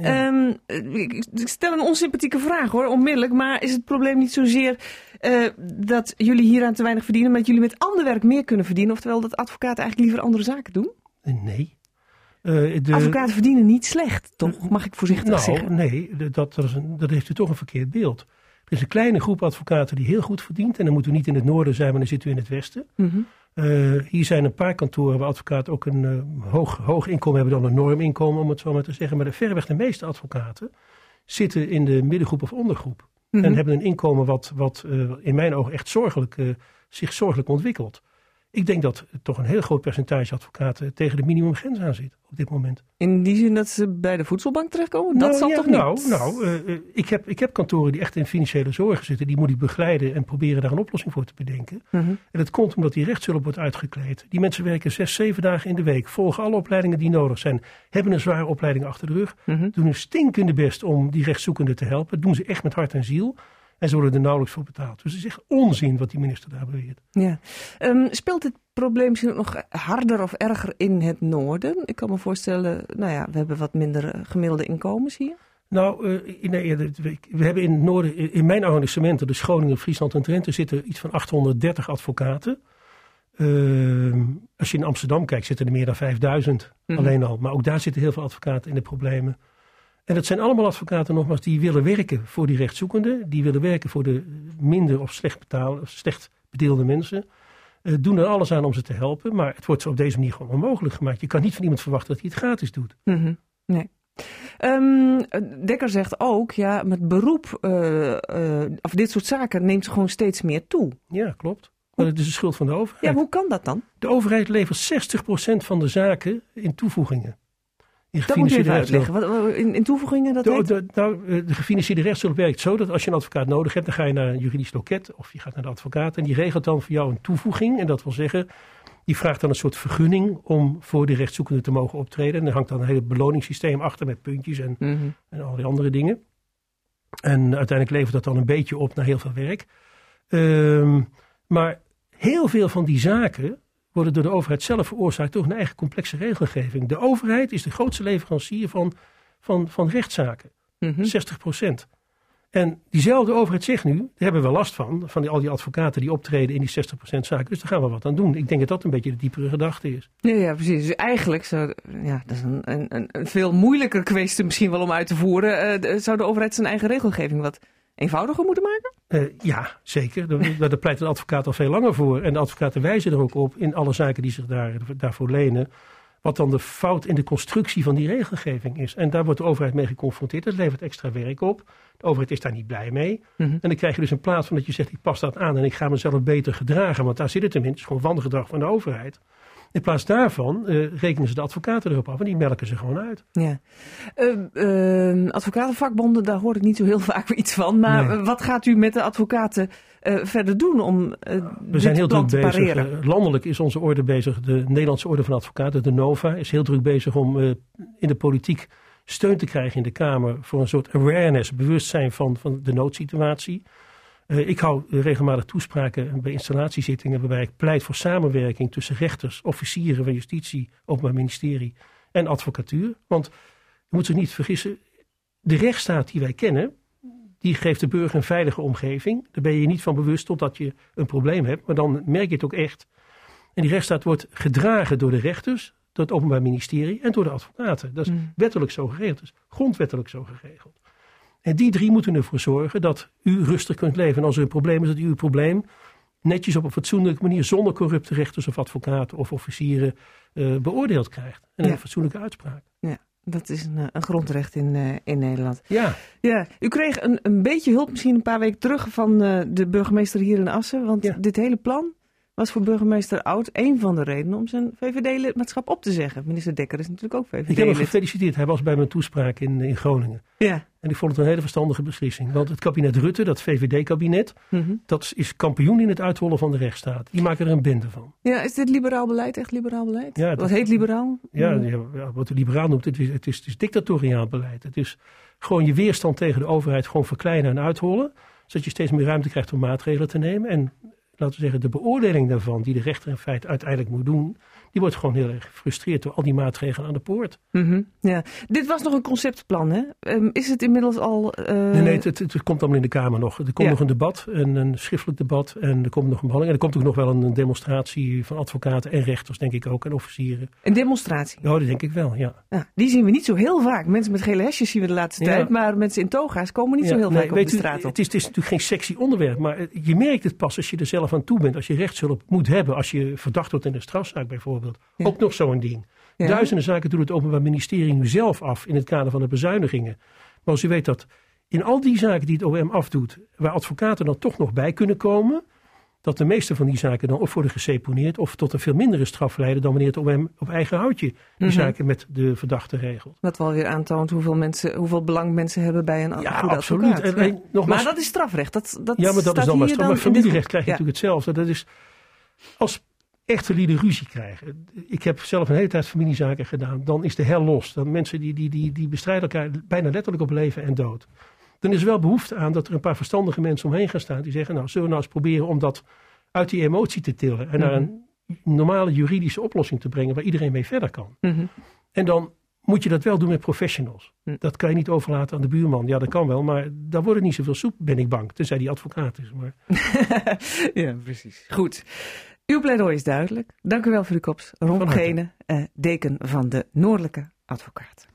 Ik stel een onsympathieke vraag hoor, onmiddellijk. Maar is het probleem niet zozeer dat jullie hieraan te weinig verdienen, maar dat jullie met ander werk meer kunnen verdienen? Oftewel dat advocaten eigenlijk liever andere zaken doen? Nee. Advocaten verdienen niet slecht, toch? Mag ik voorzichtig zeggen? Nee, dat heeft u toch een verkeerd beeld. Er is een kleine groep advocaten die heel goed verdient. En dan moeten we niet in het noorden zijn, maar dan zitten we in het westen. Mm-hmm. Hier zijn een paar kantoren waar advocaten ook een hoog inkomen hebben dan een norminkomen, om het zo maar te zeggen. Maar verreweg de meeste advocaten zitten in de middengroep of ondergroep. Mm-hmm. En hebben een inkomen wat in mijn ogen echt zich zorgelijk ontwikkelt. Ik denk dat toch een heel groot percentage advocaten tegen de minimumgrens aan zit op dit moment. In die zin dat ze bij de voedselbank terechtkomen? Dat zal toch niet? Ik heb kantoren die echt in financiële zorgen zitten. Die moet ik begeleiden en proberen daar een oplossing voor te bedenken. Mm-hmm. En dat komt omdat die rechtshulp wordt uitgekleed. Die mensen werken 6-7 dagen in de week. Volgen alle opleidingen die nodig zijn. Hebben een zware opleiding achter de rug. Mm-hmm. Doen hun stinkende best om die rechtszoekenden te helpen. Doen ze echt met hart en ziel. En ze worden er nauwelijks voor betaald. Dus het is echt onzin wat die minister daar beweert. Ja. Speelt dit probleem misschien ook nog harder of erger in het noorden? Ik kan me voorstellen, we hebben wat minder gemiddelde inkomens hier. We hebben in het noorden, in mijn arrondissementen, dus Groningen, Friesland en Drenthe, zitten iets van 830 advocaten. Als je in Amsterdam kijkt, zitten er meer dan 5000 alleen al. Maar ook daar zitten heel veel advocaten in de problemen. En dat zijn allemaal advocaten nogmaals die willen werken voor die rechtszoekenden. Die willen werken voor de minder of slecht bedeelde mensen. Doen er alles aan om ze te helpen. Maar het wordt zo op deze manier gewoon onmogelijk gemaakt. Je kan niet van iemand verwachten dat hij het gratis doet. Mm-hmm. Nee. Dekker zegt ook, met beroep of dit soort zaken neemt gewoon steeds meer toe. Ja, klopt. Maar het is de schuld van de overheid. Ja, hoe kan dat dan? De overheid levert 60% van de zaken in toevoegingen. Dat moet je even uitleggen. In toevoegingen? De gefinancierde rechtshulp werkt zo dat als je een advocaat nodig hebt, dan ga je naar een juridisch loket of je gaat naar de advocaat en die regelt dan voor jou een toevoeging. En dat wil zeggen, die vraagt dan een soort vergunning om voor de rechtszoekende te mogen optreden. En er hangt dan een hele beloningssysteem achter met puntjes en al die andere dingen. En uiteindelijk levert dat dan een beetje op naar heel veel werk. Maar heel veel van die zaken worden door de overheid zelf veroorzaakt door een eigen complexe regelgeving. De overheid is de grootste leverancier van rechtszaken. 60%. En diezelfde overheid zegt nu, daar hebben we last van al die advocaten die optreden in die 60% zaken. Dus daar gaan we wat aan doen. Ik denk dat dat een beetje de diepere gedachte is. Ja, precies. Dus eigenlijk dat is een veel moeilijker kwestie misschien wel om uit te voeren. Zou de overheid zijn eigen regelgeving wat eenvoudiger moeten maken? Ja, zeker. Daar pleit de advocaat al veel langer voor. En de advocaten wijzen er ook op in alle zaken die zich daarvoor lenen. Wat dan de fout in de constructie van die regelgeving is. En daar wordt de overheid mee geconfronteerd. Dat levert extra werk op. De overheid is daar niet blij mee. En dan krijg je dus in plaats van dat je zegt, ik pas dat aan en ik ga mezelf beter gedragen. Want daar zit het in. Het is gewoon wangedrag van de overheid. In plaats daarvan rekenen ze de advocaten erop af en die melken ze gewoon uit. Ja. Advocatenvakbonden, daar hoor ik niet zo heel vaak iets van. Maar wat gaat u met de advocaten verder doen om We zijn heel druk bezig. Landelijk is onze orde bezig. De Nederlandse Orde van Advocaten, de NOVA, is heel druk bezig om in de politiek steun te krijgen in de Kamer voor een soort awareness, bewustzijn van de noodsituatie. Ik hou regelmatig toespraken bij installatiezittingen waarbij ik pleit voor samenwerking tussen rechters, officieren van justitie, openbaar ministerie en advocatuur. Want je moet zich niet vergissen, de rechtsstaat die wij kennen, die geeft de burger een veilige omgeving. Daar ben je je niet van bewust totdat je een probleem hebt, maar dan merk je het ook echt. En die rechtsstaat wordt gedragen door de rechters, door het openbaar ministerie en door de advocaten. Dat is wettelijk zo geregeld, dus grondwettelijk zo geregeld. En die drie moeten ervoor zorgen dat u rustig kunt leven. En als er een probleem is, dat u uw probleem netjes op een fatsoenlijke manier, zonder corrupte rechters of advocaten of officieren beoordeeld krijgt. En een fatsoenlijke uitspraak. Ja, dat is een grondrecht in Nederland. Ja. U kreeg een beetje hulp misschien een paar weken terug van de burgemeester hier in Assen. Want dit hele plan was voor burgemeester Oud een van de redenen om zijn VVD-lidmaatschap op te zeggen. Minister Dekker is natuurlijk ook VVD-lid. Ik heb hem gefeliciteerd. Hij was bij mijn toespraak in Groningen. Ja. En ik vond het een hele verstandige beslissing. Want het kabinet Rutte, dat VVD-kabinet, dat is kampioen in het uithollen van de rechtsstaat. Die maken er een bende van. Ja, is dit liberaal beleid, echt liberaal beleid? Ja, wat heet liberaal? Ja, wat de liberaal noemt, het is dictatoriaal beleid. Het is gewoon je weerstand tegen de overheid gewoon verkleinen en uithollen. Zodat je steeds meer ruimte krijgt om maatregelen te nemen. En laten we zeggen, de beoordeling daarvan, die de rechter in feite uiteindelijk moet doen, die wordt gewoon heel erg gefrustreerd door al die maatregelen aan de poort. Ja. Dit was nog een conceptplan, hè? Is het inmiddels al... Nee, het komt allemaal in de Kamer nog. Er komt nog een debat, een schriftelijk debat, en er komt nog een behandeling. En er komt ook nog wel een demonstratie van advocaten en rechters, denk ik ook, en officieren. Een demonstratie? Ja, dat denk ik wel, ja. Die zien we niet zo heel vaak. Mensen met gele hesjes zien we de laatste tijd, maar mensen in toga's komen niet zo heel vaak op de straat op. Het is natuurlijk geen sexy onderwerp, maar je merkt het pas als je er zelf aan toe bent. Als je rechtshulp moet hebben, als je verdacht wordt in een strafzaak bijvoorbeeld. Ja. Ook nog zo'n ding. Ja. Duizenden zaken doet het Openbaar Ministerie nu zelf af in het kader van de bezuinigingen. Maar als u weet dat in al die zaken die het OM afdoet, waar advocaten dan toch nog bij kunnen komen, dat de meeste van die zaken dan of worden geseponeerd of tot een veel mindere straf leiden dan wanneer het OM op eigen houtje die zaken met de verdachte regelt. Wat wel weer aantoont hoeveel belang mensen hebben bij een goede absoluut. advocaat. Nogmaals, maar dat is strafrecht. Maar dat is dan maar straf. Maar familierecht krijg je natuurlijk hetzelfde. Dat is als echte lieden ruzie krijgen. Ik heb zelf een hele tijd familiezaken gedaan. Dan is de hel los. Dan mensen die bestrijden elkaar bijna letterlijk op leven en dood. Dan is er wel behoefte aan dat er een paar verstandige mensen omheen gaan staan. Die zeggen, nou, zullen we nou eens proberen om dat uit die emotie te tillen. En naar een normale juridische oplossing te brengen waar iedereen mee verder kan. En dan moet je dat wel doen met professionals. Dat kan je niet overlaten aan de buurman. Ja, dat kan wel, maar daar wordt niet zoveel soep, ben ik bang. Tenzij die advocaat is. Maar... ja, precies. Goed. Uw pleidooi is duidelijk. Dank u wel voor uw komst. Ron Gene, deken van de Noordelijke Advocaat.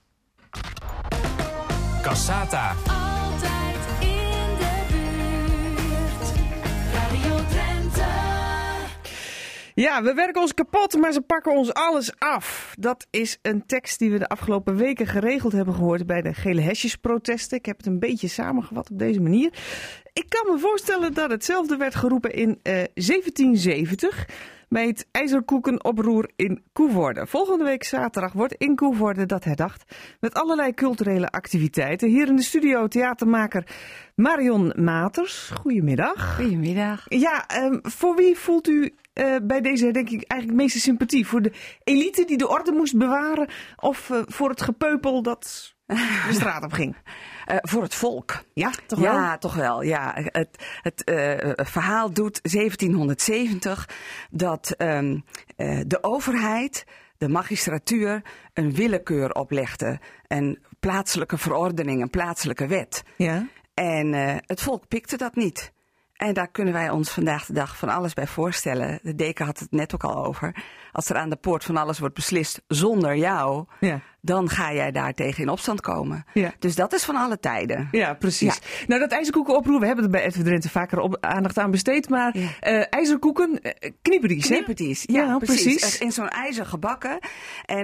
Cassata. Altijd in de buurt. Radio Drenthe. Ja, we werken ons kapot, maar ze pakken ons alles af. Dat is een tekst die we de afgelopen weken geregeld hebben gehoord bij de gele hesjesprotesten. Ik heb het een beetje samengevat op deze manier. Ik kan me voorstellen dat hetzelfde werd geroepen in 1770 bij het IJzerkoekenoproer in Coevorden. Volgende week zaterdag wordt in Coevorden dat herdacht met allerlei culturele activiteiten. Hier in de studio theatermaker Marion Maters. Goedemiddag. Goedemiddag. Ja, voor wie voelt u bij deze herdenking eigenlijk het meeste sympathie? Voor de elite die de orde moest bewaren of voor het gepeupel dat de straat op ging? Voor het volk. Ja, toch wel? Ja, toch wel. Ja. Het verhaal doet 1770 dat de overheid, de magistratuur, een willekeur oplegde. Een plaatselijke verordening, een plaatselijke wet. Ja. En het volk pikte dat niet. En daar kunnen wij ons vandaag de dag van alles bij voorstellen. De deken had het net ook al over. Als er aan de poort van alles wordt beslist zonder jou, dan ga jij daar tegen in opstand komen. Ja. Dus dat is van alle tijden. Ja, precies. Ja. Nou, dat ijzerkoekenoproer, we hebben er bij RTV Drenthe vaker aandacht aan besteed. Maar ijzerkoeken, knieperdie's, hè? Knieperdie's, ja, precies. In zo'n ijzer gebakken. En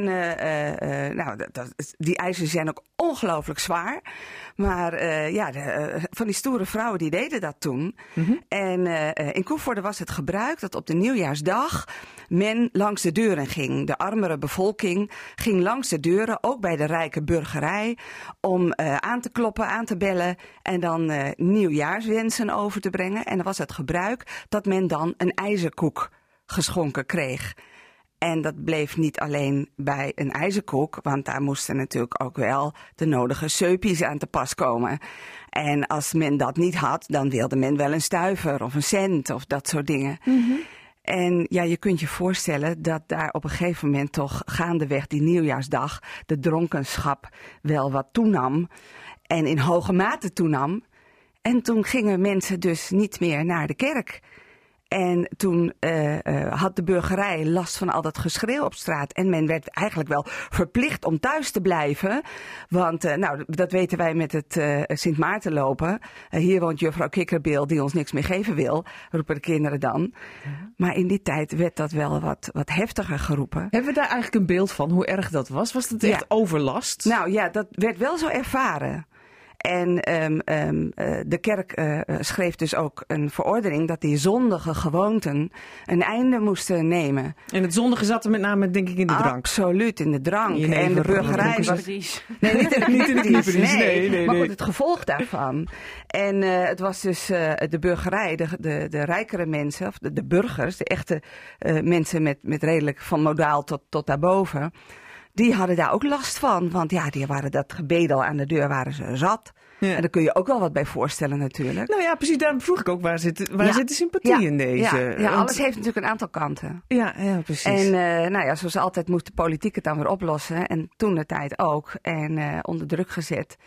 die ijzers zijn ook ongelooflijk zwaar. Maar van die stoere vrouwen die deden dat toen. Mm-hmm. En in Coevorden was het gebruik dat op de nieuwjaarsdag men langs de deuren ging. De armere bevolking ging langs de deuren, ook bij de rijke burgerij, om aan te kloppen, aan te bellen en dan nieuwjaarswensen over te brengen. En dan was het gebruik dat men dan een ijzerkoek geschonken kreeg. En dat bleef niet alleen bij een ijzerkoek, want daar moesten natuurlijk ook wel de nodige seupjes aan te pas komen. En als men dat niet had, dan wilde men wel een stuiver of een cent of dat soort dingen. Mm-hmm. En ja, je kunt je voorstellen dat daar op een gegeven moment toch gaandeweg die nieuwjaarsdag de dronkenschap wel wat toenam. En in hoge mate toenam. En toen gingen mensen dus niet meer naar de kerk. En toen had de burgerij last van al dat geschreeuw op straat. En men werd eigenlijk wel verplicht om thuis te blijven. Want dat weten wij met het Sint Maarten lopen. Hier woont juffrouw Kikkerbeel die ons niks meer geven wil. Roepen de kinderen dan. Ja. Maar in die tijd werd dat wel wat heftiger geroepen. Hebben we daar eigenlijk een beeld van hoe erg dat was? Was het echt overlast? Nou ja, dat werd wel zo ervaren. En de kerk schreef dus ook een verordening dat die zondige gewoonten een einde moesten nemen. En het zondige zat er met name, denk ik, in de drank. Absoluut, in de drank. En de burgerij was... Nee, niet in de knieperdie's. Nee. Maar goed, het gevolg daarvan. En het was dus de burgerij, de rijkere mensen, of de burgers, de echte mensen met redelijk van modaal tot daarboven. Die hadden daar ook last van, want ja, die waren dat gebedel aan de deur waren ze zat. Ja. En daar kun je ook wel wat bij voorstellen natuurlijk. Nou ja, precies, daarom vroeg ik ook, waar zit de sympathie in deze? Ja, alles heeft natuurlijk een aantal kanten. Ja, precies. En zoals altijd moest de politiek het dan weer oplossen. En toen de tijd ook. En onder druk gezet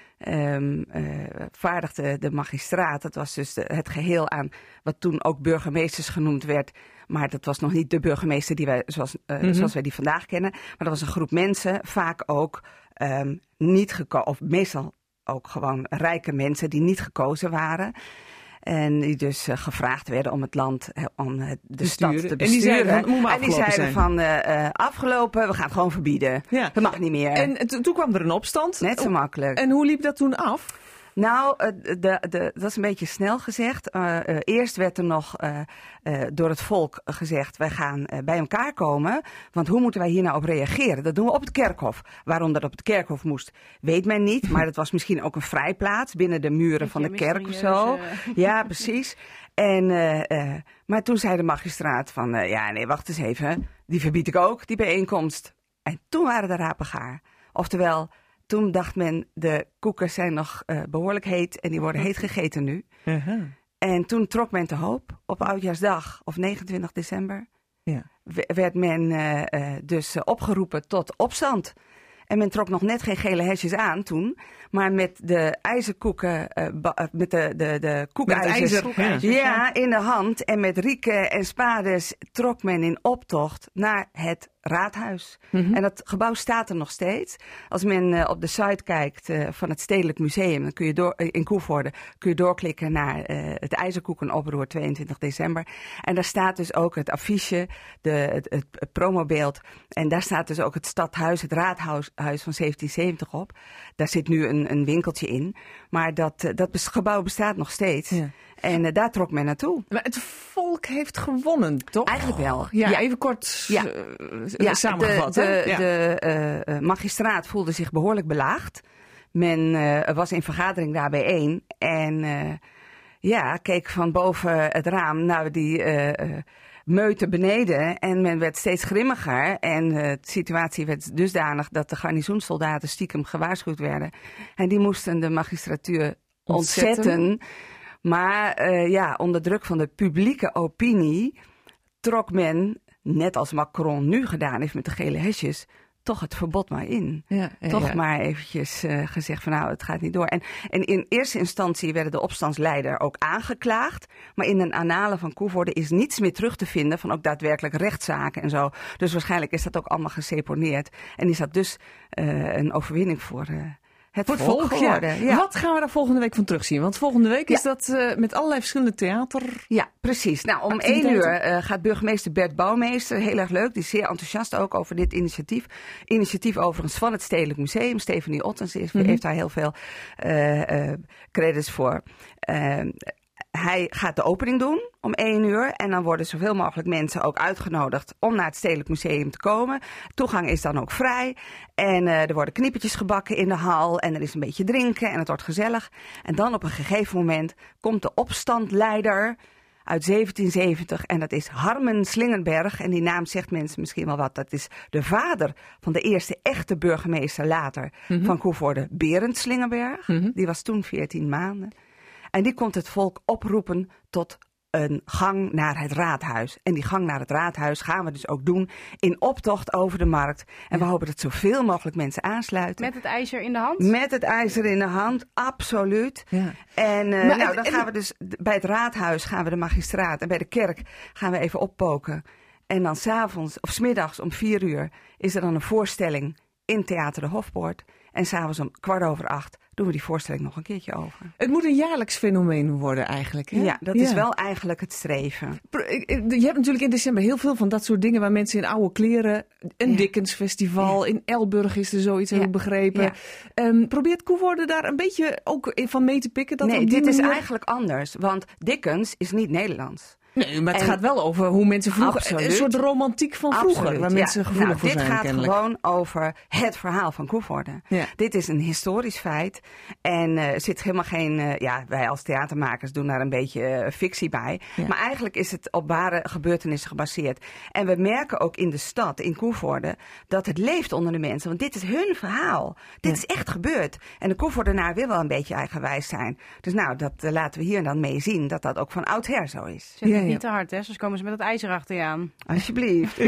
vaardigde de magistraat. Dat was dus het geheel aan wat toen ook burgemeesters genoemd werd. Maar dat was nog niet de burgemeester die wij, zoals wij die vandaag kennen. Maar dat was een groep mensen, vaak ook of meestal ook gewoon rijke mensen die niet gekozen waren. En die dus gevraagd werden om het land, om de stad te besturen. En die zeiden van afgelopen, we gaan het gewoon verbieden. Ja. Dat mag niet meer. En toen kwam er een opstand. Net zo makkelijk. En hoe liep dat toen af? Nou, dat is een beetje snel gezegd. Eerst werd er nog door het volk gezegd, wij gaan bij elkaar komen. Want hoe moeten wij hier nou op reageren? Dat doen we op het kerkhof. Waarom dat op het kerkhof moest, weet men niet. Maar dat was misschien ook een vrijplaats binnen de muren van de kerk of zo. Ja, precies. Maar toen zei de magistraat van, wacht eens even. Die verbied ik ook, die bijeenkomst. En toen waren de rapen gaar. Oftewel, toen dacht men, de koeken zijn nog behoorlijk heet en die worden heet gegeten nu. Uh-huh. En toen trok men te hoop. Op Oudjaarsdag of 29 december werd men dus opgeroepen tot opstand. En men trok nog net geen gele hesjes aan toen. Maar met de ijzerkoeken, met de koekijzers in de hand. En met rieken en spades trok men in optocht naar het raadhuis. En dat gebouw staat er nog steeds. Als men op de site kijkt van het Stedelijk Museum, dan kun je in Koevoorde kun je doorklikken naar het IJzerkoekenoproer 22 december. En daar staat dus ook het affiche, het promobeeld. En daar staat dus ook het stadhuis, het raadhuis van 1770 op. Daar zit nu een winkeltje in. Maar dat gebouw bestaat nog steeds. Ja. En daar trok men naartoe. Maar het volk heeft gewonnen, toch? Eigenlijk wel. Ja. Even kort samengevat. De magistraat voelde zich behoorlijk belaagd. Men was in vergadering daar bijeen. En keek van boven het raam naar die meute beneden. En men werd steeds grimmiger. En de situatie werd dusdanig dat de garnizoenssoldaten stiekem gewaarschuwd werden. En die moesten de magistratuur ontzetten. Maar onder druk van de publieke opinie trok men, net als Macron nu gedaan heeft met de gele hesjes, toch het verbod maar in. Maar eventjes gezegd van het gaat niet door. En in eerste instantie werden de opstandsleider ook aangeklaagd. Maar in de annalen van Koevoorde is niets meer terug te vinden van ook daadwerkelijk rechtszaken en zo. Dus waarschijnlijk is dat ook allemaal geseponeerd. En is dat dus een overwinning voor het volk geworden. Ja. Wat gaan we daar volgende week van terugzien? Want volgende week is dat met allerlei verschillende theater. Ja, precies. Nou, om 1 uur gaat burgemeester Bert Bouwmeester, heel erg leuk, die is zeer enthousiast ook over dit initiatief. Initiatief overigens van het Stedelijk Museum. Stefanie Ottens heeft daar heel veel credits voor. Hij gaat de opening doen om 1 uur. En dan worden zoveel mogelijk mensen ook uitgenodigd om naar het Stedelijk Museum te komen. Toegang is dan ook vrij. En er worden knippetjes gebakken in de hal. En er is een beetje drinken en het wordt gezellig. En dan op een gegeven moment komt de opstandleider uit 1770. En dat is Harmen Slingenberg. En die naam zegt mensen misschien wel wat. Dat is de vader van de eerste echte burgemeester later van Koevoorde, Berend Slingenberg. Die was toen 14 maanden. En die komt het volk oproepen tot een gang naar het raadhuis. En die gang naar het raadhuis gaan we dus ook doen in optocht over de markt. En we hopen dat zoveel mogelijk mensen aansluiten. Met het ijzer in de hand? Met het ijzer in de hand, absoluut. Ja. En dan gaan we dus bij het raadhuis gaan we de magistraat en bij de kerk gaan we even oppoken. En dan 's middags om 4 uur is er dan een voorstelling in Theater de Hofpoort. En 's avonds om 7:15 doen we die voorstelling nog een keertje over. Het moet een jaarlijks fenomeen worden eigenlijk. Hè? Ja, dat is wel eigenlijk het streven. Je hebt natuurlijk in december heel veel van dat soort dingen waar mensen in oude kleren. Een Dickens festival. In Elburg is er zoiets, heb ik begrepen. Probeert Koevoorde daar een beetje ook van mee te pikken? Dat dit is eigenlijk anders. Want Dickens is niet Nederlands. Nee, maar het gaat wel over hoe mensen vroeger. Absoluut. Een soort romantiek van vroeger. Waar mensen gevoelig voor zijn. Dit gaat kennelijk gewoon over het verhaal van Koevoorde. Ja. Dit is een historisch feit. En er zit helemaal geen. Wij als theatermakers doen daar een beetje fictie bij. Ja. Maar eigenlijk is het op ware gebeurtenissen gebaseerd. En we merken ook in de stad, in Koevoorde, dat het leeft onder de mensen. Want dit is hun verhaal. Dit is echt gebeurd. En de Koevoordenaar wil wel een beetje eigenwijs zijn. Dus dat laten we hier dan mee zien dat dat ook van oudsher zo is. Niet te hard, hè? Soms komen ze met het ijzer achter je aan. Alsjeblieft.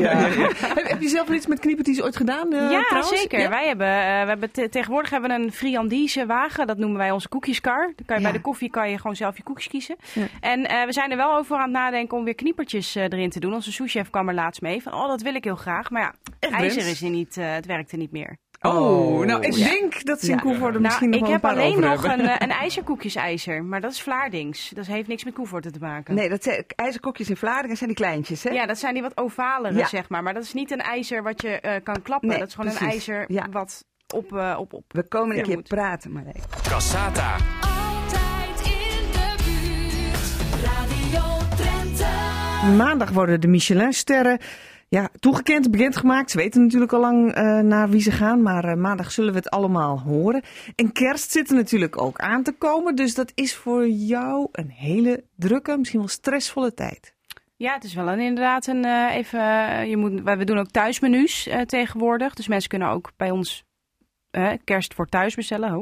Heb je zelf iets met knippetjes ooit gedaan? Trouwens? Zeker. Ja? Wij hebben tegenwoordig hebben we een friandise wagen. Dat noemen wij onze koekjeskar. Dan kan je bij de koffie gewoon zelf je koekjes kiezen. Ja. En we zijn er wel over aan het nadenken om weer kniepertjes erin te doen. Onze souschef kwam er laatst mee. Van, dat wil ik heel graag. Maar ijzer is er niet. Het werkte niet meer. Ik denk dat ze in Koevoorde misschien nog wel een paar over hebben. Ik heb alleen nog een ijzerkoekjesijzer, maar dat is Vlaardings. Dat heeft niks met Koevoorde te maken. Nee, dat zijn ijzerkoekjes in Vlaardingen zijn die kleintjes, hè? Ja, dat zijn die wat ovalere, zeg maar. Maar dat is niet een ijzer wat je kan klappen. Nee, dat is gewoon een ijzer wat op. We komen een keer praten, Marleen. Cassata. Altijd in de buurt. Radio Drenthe. Maandag worden de Michelinsterren toegekend, bekendgemaakt. Ze weten natuurlijk al lang naar wie ze gaan, maar maandag zullen we het allemaal horen. En kerst zit er natuurlijk ook aan te komen, dus dat is voor jou een hele drukke, misschien wel stressvolle tijd. Ja, het is wel inderdaad we doen ook thuismenu's tegenwoordig, dus mensen kunnen ook bij ons kerst voor thuis bestellen.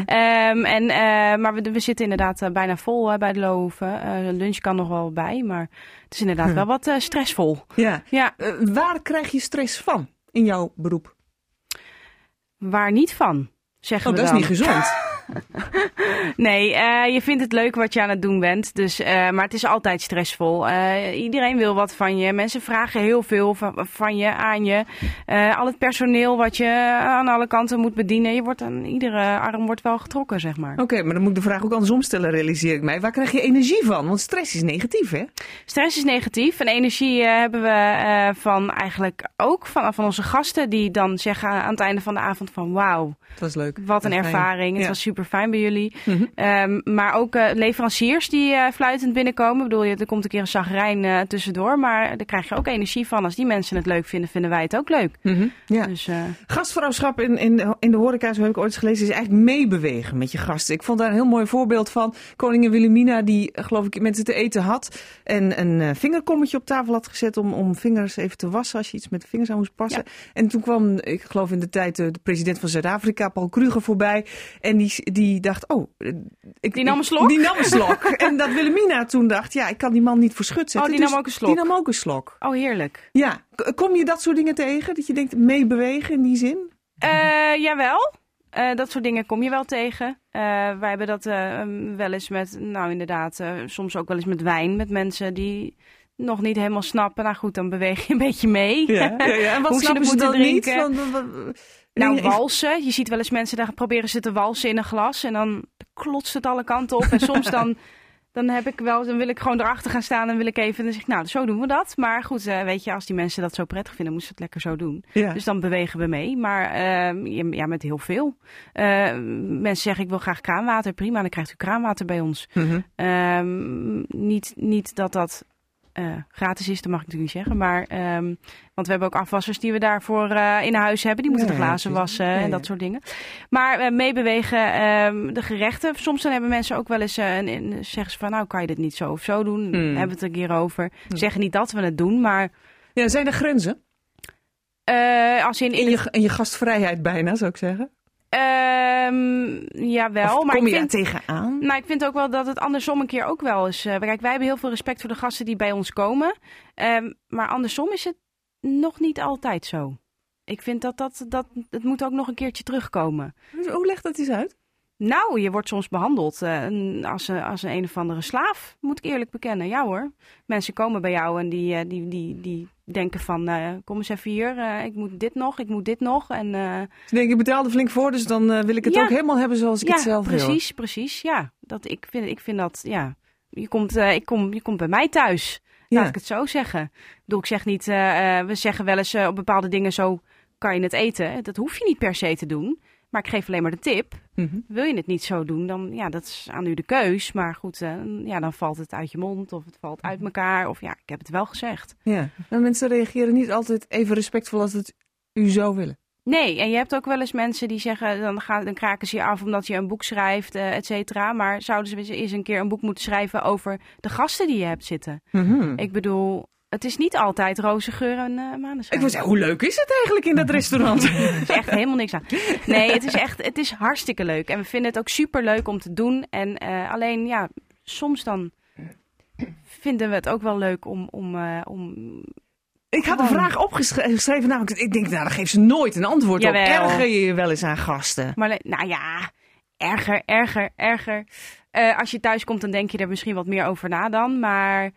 Maar we zitten inderdaad bijna vol bij de Loven. Lunch kan nog wel bij, maar het is inderdaad wel wat stressvol. Ja. Waar krijg je stress van in jouw beroep? Waar niet van, zeggen we dat dan. Is niet gezond. Nee, je vindt het leuk wat je aan het doen bent. Dus, maar het is altijd stressvol. Iedereen wil wat van je. Mensen vragen heel veel van je, aan je. Al het personeel wat je aan alle kanten moet bedienen. Iedere arm wordt wel getrokken, zeg maar. Oké, maar dan moet ik de vraag ook andersom stellen, realiseer ik mij. Waar krijg je energie van? Want stress is negatief, hè? Stress is negatief. En energie hebben we van onze gasten. Die dan zeggen aan het einde van de avond van wauw. Dat was leuk. Wat een ervaring. Het was super fijn bij jullie. Mm-hmm. Maar ook leveranciers die fluitend binnenkomen. Ik bedoel, er komt een keer een zagrijn tussendoor. Maar daar krijg je ook energie van. Als die mensen het leuk vinden, vinden wij het ook leuk. Mm-hmm. Ja. Dus, gastvrouwschap in de horeca, zo heb ik ooit eens gelezen, is eigenlijk meebewegen met je gasten. Ik vond daar een heel mooi voorbeeld van. Koningin Wilhelmina, die geloof ik mensen te eten had. En een vingerkommetje op tafel had gezet om vingers even te wassen als je iets met de vingers aan moest passen. Ja. En toen kwam, ik geloof in de tijd, de president van Zuid-Afrika, Paul Kruger, voorbij. En die dacht, die nam een slok? Die nam een slok. En dat Wilhelmina toen dacht, ja, ik kan die man niet voor schut zetten. Die nam ook een slok? Die nam ook een slok. Oh, heerlijk. Ja. Kom je dat soort dingen tegen? Dat je denkt, meebewegen in die zin? Jawel. Dat soort dingen kom je wel tegen. Wij hebben dat wel eens met, soms ook wel eens met wijn. Met mensen die nog niet helemaal snappen. Nou goed, dan beweeg je een beetje mee. Ja. En wat snappen ze dan drinken. Niet? Walsen. Je ziet wel eens mensen, daar proberen ze te walsen in een glas. En dan klotst het alle kanten op. En soms dan wil ik gewoon erachter gaan staan en wil ik even. Dan zeg ik, zo doen we dat. Maar goed, weet je, als die mensen dat zo prettig vinden, moeten ze het lekker zo doen. Ja. Dus dan bewegen we mee. Maar met heel veel. Mensen zeggen, ik wil graag kraanwater. Prima, dan krijgt u kraanwater bij ons. Mm-hmm. Niet dat gratis is, dat mag ik natuurlijk niet zeggen. Maar, want we hebben ook afwassers die we daarvoor in huis hebben. Die moeten de glazen wassen en dat soort dingen. Maar meebewegen, de gerechten. Soms dan hebben mensen ook wel eens, zeggen ze van, kan je dit niet zo of zo doen? Hebben we het een keer over. Zeggen niet dat we het doen, maar... Ja, zijn er grenzen? Als in je gastvrijheid bijna, zou ik zeggen. Jawel. Of kom je daar tegenaan? Nou, ik vind ook wel dat het andersom een keer ook wel is. Kijk, wij hebben heel veel respect voor de gasten die bij ons komen. Maar andersom is het nog niet altijd zo. Ik vind dat het moet ook nog een keertje terugkomen. Hoe legt dat eens uit? Nou, je wordt soms behandeld als een of andere slaaf, moet ik eerlijk bekennen. Ja hoor. Mensen komen bij jou en die denken van, kom eens even hier, ik moet dit nog. En, dus denk ik betaal er flink voor, dus dan wil ik het ook helemaal hebben zoals ik het zelf wil. Precies. Ja, ik vind dat, ja. Je komt bij mij thuis, laat ik het zo zeggen. Ik bedoel, ik zeg niet, we zeggen wel eens op bepaalde dingen zo, kan je het eten. Dat hoef je niet per se te doen. Maar ik geef alleen maar de tip. Mm-hmm. Wil je het niet zo doen, dan dat is aan u de keus. Maar goed, dan valt het uit je mond of het valt uit elkaar. Of ik heb het wel gezegd. Ja, maar mensen reageren niet altijd even respectvol als het u zou willen. Nee, en je hebt ook wel eens mensen die zeggen, dan kraken ze je af omdat je een boek schrijft, et cetera. Maar zouden ze eens een keer een boek moeten schrijven over de gasten die je hebt zitten? Mm-hmm. Ik bedoel... Het is niet altijd roze geur en maneschijn. Ik wil zeggen, hoe leuk is het eigenlijk in dat restaurant? Er is echt helemaal niks aan. Nee, het is hartstikke leuk. En we vinden het ook super leuk om te doen. En alleen, soms dan vinden we het ook wel leuk om ik had een vraag opgeschreven, namelijk, ik denk, dan geeft ze nooit een antwoord op. Erger je je wel eens aan gasten? Maar erger. Als je thuis komt, dan denk je er misschien wat meer over na dan, maar...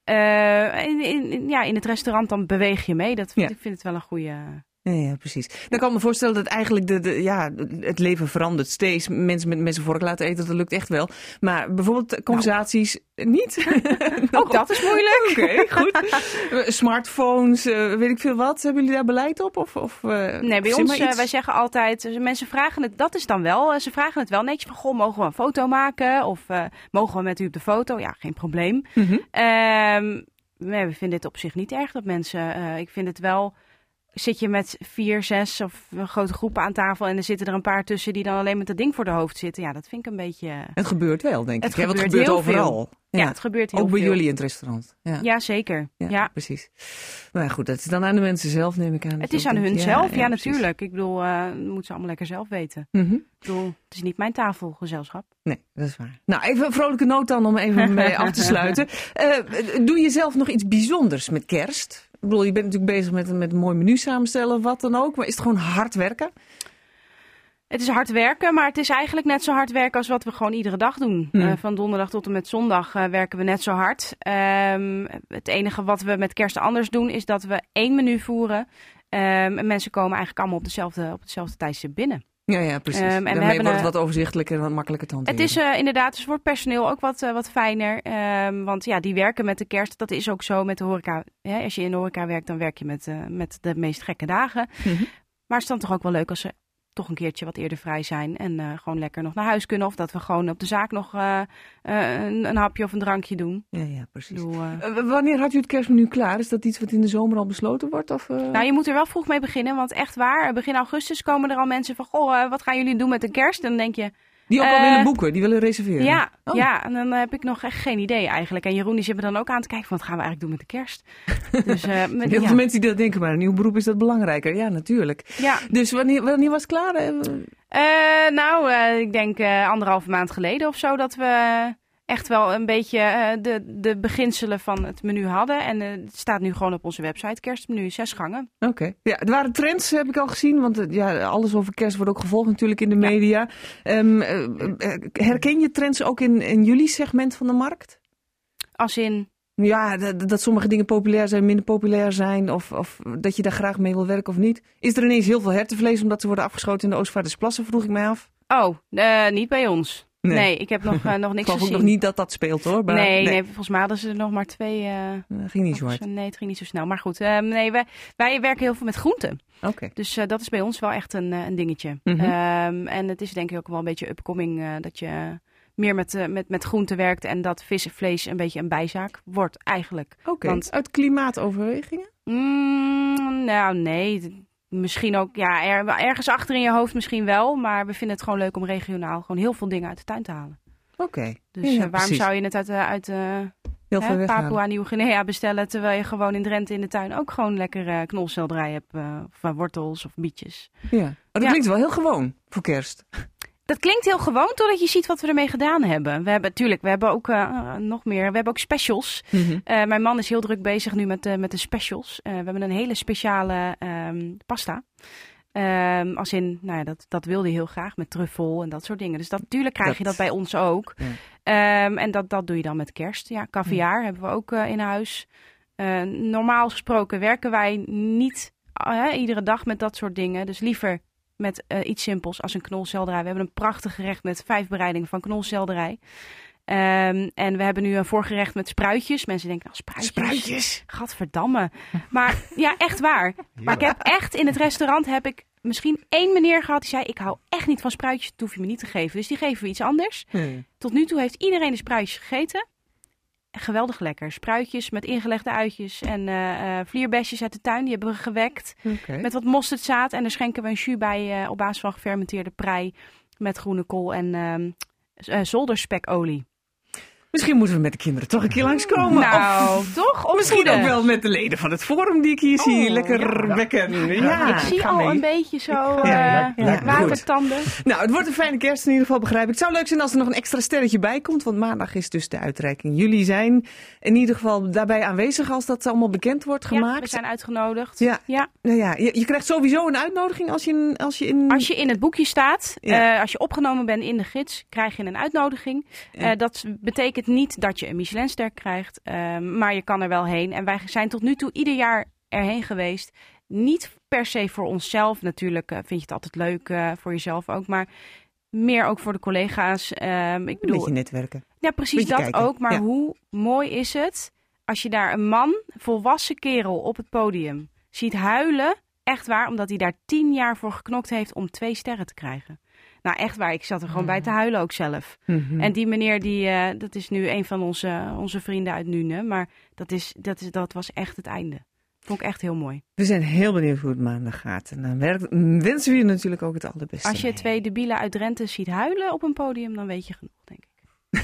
in het restaurant dan beweeg je mee. Ik vind het wel een goede... Ja, precies. Dan kan ik me voorstellen dat eigenlijk het leven verandert steeds. Mensen met mes en vork laten eten, dat lukt echt wel. Maar bijvoorbeeld conversaties niet. Ook dat is moeilijk. Oké, goed. Smartphones, weet ik veel wat. Hebben jullie daar beleid op? Nee, bij ons, wij zeggen altijd, mensen vragen het, dat is dan wel, ze vragen het wel netjes van, goh, mogen we een foto maken? Of mogen we met u op de foto? Ja, geen probleem. Mm-hmm. We vinden het op zich niet erg dat mensen, ik vind het wel... Zit je met 4, 6 of grote groepen aan tafel en er zitten er een paar tussen die dan alleen met dat ding voor de hoofd zitten. Ja, dat vind ik een beetje... Het gebeurt wel, denk ik. Het gebeurt overal. Ja, het gebeurt heel veel. Ook bij jullie in het restaurant. Ja, zeker. Ja, precies. Maar goed, dat is dan aan de mensen zelf, neem ik aan. Het is aan hun zelf, ja natuurlijk. Ik bedoel, dat moeten ze allemaal lekker zelf weten. Mm-hmm. Ik bedoel, het is niet mijn tafelgezelschap. Nee, dat is waar. Nou, even een vrolijke noot dan om even mee af te sluiten. Doe je zelf nog iets bijzonders met kerst? Ik bedoel, je bent natuurlijk bezig met een mooi menu samenstellen of wat dan ook. Maar is het gewoon hard werken? Het is hard werken, maar het is eigenlijk net zo hard werken als wat we gewoon iedere dag doen. Van donderdag tot en met zondag werken we net zo hard. Het enige wat we met kerst anders doen is dat we 1 menu voeren. En mensen komen eigenlijk allemaal op hetzelfde tijdstip binnen. Ja, precies. En daarmee wordt het wat overzichtelijker en wat makkelijker te hanteren. Het is inderdaad, dus voor het personeel ook wat fijner. Want ja, die werken met de kerst. Dat is ook zo met de horeca. Ja, als je in de horeca werkt, dan werk je met de meest gekke dagen. Mm-hmm. Maar het is dan toch ook wel leuk als ze toch een keertje wat eerder vrij zijn. En gewoon lekker nog naar huis kunnen. Of dat we gewoon op de zaak nog een hapje of een drankje doen. Ja, precies. Wanneer had u het kerstmenu klaar? Is dat iets wat in de zomer al besloten wordt? Of, Nou, je moet er wel vroeg mee beginnen. Want echt waar, begin augustus komen er al mensen van... Goh, wat gaan jullie doen met de kerst? En dan denk je... Die ook al willen boeken, die willen reserveren? Ja, en dan heb ik nog echt geen idee eigenlijk. En Jeroen die zit me dan ook aan te kijken van wat gaan we eigenlijk doen met de kerst? Dus, heel veel mensen die dat denken, maar een nieuw beroep is dat belangrijker. Ja, natuurlijk. Ja. Dus wanneer was het klaar? Ik denk 1,5 maand geleden of zo dat we echt wel een beetje de beginselen van het menu hadden. En het staat nu gewoon op onze website, kerstmenu, 6 gangen. Oké. Ja, het waren trends, heb ik al gezien. Want alles over kerst wordt ook gevolgd natuurlijk in de media. Herken je trends ook in jullie segment van de markt? Als in? Ja, dat sommige dingen populair zijn, minder populair zijn. Of dat je daar graag mee wil werken of niet. Is er ineens heel veel hertenvlees omdat ze worden afgeschoten in de Oostvaardersplassen, vroeg ik mij af. Oh, niet bij ons. Nee, ik heb nog niks gezien. Ik geloof ook nog niet dat speelt hoor. Maar nee, volgens mij hadden ze er nog maar 2. Ging niet zo hard. Nee, het ging niet zo snel. Maar goed, wij werken heel veel met groenten. Okay. Dus dat is bij ons wel echt een dingetje. Mm-hmm. En het is denk ik ook wel een beetje upcoming dat je meer met groenten werkt en dat vis en vlees een beetje een bijzaak wordt eigenlijk. Oké. Want uit klimaatoverwegingen? Nou, nee. Misschien ook, ergens achter in je hoofd misschien wel. Maar we vinden het gewoon leuk om regionaal gewoon heel veel dingen uit de tuin te halen. Oké. Dus waarom zou je het uit Papua Nieuw-Guinea bestellen... terwijl je gewoon in Drenthe in de tuin ook gewoon lekker knolselderij hebt... of wortels of bietjes. Ja, maar dat klinkt wel heel gewoon voor kerst. Dat klinkt heel gewoon totdat je ziet wat we ermee gedaan hebben. We hebben ook nog meer. We hebben ook specials. Mm-hmm. Mijn man is heel druk bezig nu met de specials. We hebben een hele speciale pasta. Als in, dat wilde hij heel graag met truffel en dat soort dingen. Dus natuurlijk krijg je dat bij ons ook. Ja. En dat doe je dan met kerst. Ja, caviar hebben we ook in huis. Normaal gesproken werken wij niet iedere dag met dat soort dingen. Dus liever met iets simpels als een knolselderij. We hebben een prachtig gerecht met 5 bereidingen van knolselderij. En we hebben nu een voorgerecht met spruitjes. Mensen denken, spruitjes? Gadverdamme. Maar ja, echt waar. Maar ik heb echt in het restaurant misschien 1 meneer gehad die zei... ik hou echt niet van spruitjes, dat hoef je me niet te geven. Dus die geven we iets anders. Tot nu toe heeft iedereen de spruitjes gegeten. Geweldig lekker. Spruitjes met ingelegde uitjes en vlierbesjes uit de tuin. Die hebben we gewekt met wat mosterdzaad. En daar schenken we een jus bij op basis van gefermenteerde prei met groene kool en zolderspekolie. Misschien moeten we met de kinderen toch een keer langskomen. Nou, toch? Of misschien ook wel met de leden van het forum die ik hier zie. Lekker wekken. Ja, ik zie al een beetje zo watertanden. Nou, het wordt een fijne kerst in ieder geval, begrijp ik. Het zou leuk zijn als er nog een extra sterretje bij komt. Want maandag is dus de uitreiking. Jullie zijn in ieder geval daarbij aanwezig als dat allemaal bekend wordt gemaakt. Ja, we zijn uitgenodigd. Ja. Je krijgt sowieso een uitnodiging als je in het boekje staat. Als je opgenomen bent in de gids, krijg je een uitnodiging. Dat betekent niet dat je een Michelinster krijgt, maar je kan er wel heen. En wij zijn tot nu toe ieder jaar erheen geweest. Niet per se voor onszelf. Natuurlijk vind je het altijd leuk voor jezelf ook, maar meer ook voor de collega's. Een beetje netwerken. Ja, precies dat kijken. Ook. Maar hoe mooi is het als je daar een man, volwassen kerel op het podium ziet huilen. Echt waar, omdat hij daar 10 jaar voor geknokt heeft om 2 sterren te krijgen. Nou, echt waar. Ik zat er gewoon bij te huilen ook zelf. Mm-hmm. En die meneer, dat is nu een van onze vrienden uit Nune. Maar dat was echt het einde. Vond ik echt heel mooi. We zijn heel benieuwd hoe het maandag gaat. En dan wensen we je natuurlijk ook het allerbeste. Als je 2 debielen uit Drenthe ziet huilen op een podium, dan weet je genoeg, denk ik.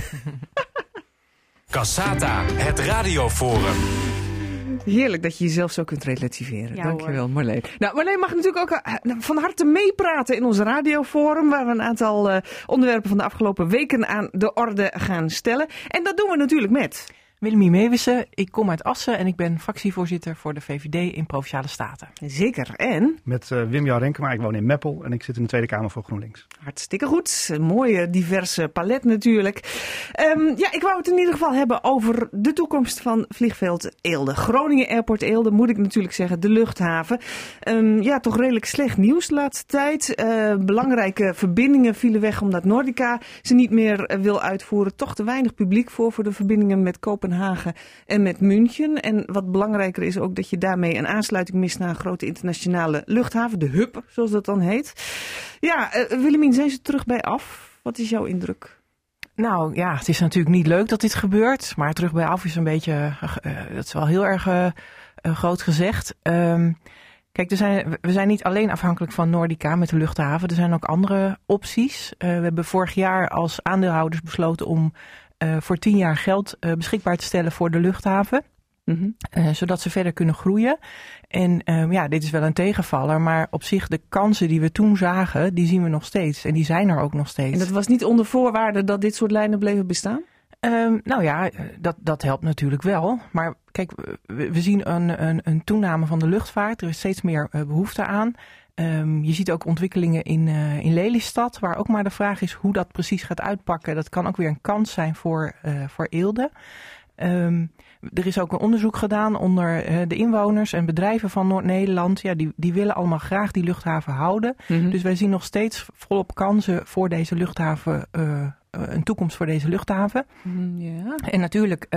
Cassata, het radioforum. Heerlijk dat je jezelf zo kunt relativeren. Ja, dankjewel, Marleen. Nou, Marleen mag natuurlijk ook van harte meepraten in ons radioforum, waar we een aantal onderwerpen van de afgelopen weken aan de orde gaan stellen. En dat doen we natuurlijk met Willemien Meewissen, ik kom uit Assen en ik ben fractievoorzitter voor de VVD in Provinciale Staten. Zeker, en? Met Wim-Jan Renkema, ik woon in Meppel en ik zit in de Tweede Kamer voor GroenLinks. Hartstikke goed, een mooie diverse palet natuurlijk. Ik wou het in ieder geval hebben over de toekomst van vliegveld Eelde. Groningen Airport Eelde, moet ik natuurlijk zeggen, de luchthaven. Toch redelijk slecht nieuws de laatste tijd. Belangrijke verbindingen vielen weg omdat Nordica ze niet meer wil uitvoeren. Toch te weinig publiek voor de verbindingen met Kopenhagen en met München. En wat belangrijker is ook dat je daarmee een aansluiting mist naar een grote internationale luchthaven. De hub, zoals dat dan heet. Ja, Willemien, zijn ze terug bij af? Wat is jouw indruk? Nou ja, het is natuurlijk niet leuk dat dit gebeurt. Maar terug bij af is een beetje, dat is wel heel erg groot gezegd. Kijk, we zijn niet alleen afhankelijk van Nordica met de luchthaven. Er zijn ook andere opties. We hebben vorig jaar als aandeelhouders besloten om voor 10 jaar geld beschikbaar te stellen voor de luchthaven. Mm-hmm. Zodat ze verder kunnen groeien. En dit is wel een tegenvaller. Maar op zich de kansen die we toen zagen, die zien we nog steeds. En die zijn er ook nog steeds. En dat was niet onder voorwaarde dat dit soort lijnen bleven bestaan? Dat helpt natuurlijk wel. Maar kijk, we zien een toename van de luchtvaart. Er is steeds meer behoefte aan. Je ziet ook ontwikkelingen in Lelystad, waar ook maar de vraag is hoe dat precies gaat uitpakken. Dat kan ook weer een kans zijn voor Eelde. Er is ook een onderzoek gedaan onder de inwoners en bedrijven van Noord-Nederland. Ja, die willen allemaal graag die luchthaven houden. Mm-hmm. Dus wij zien nog steeds volop kansen voor deze luchthaven, een toekomst voor deze luchthaven. Ja. En natuurlijk,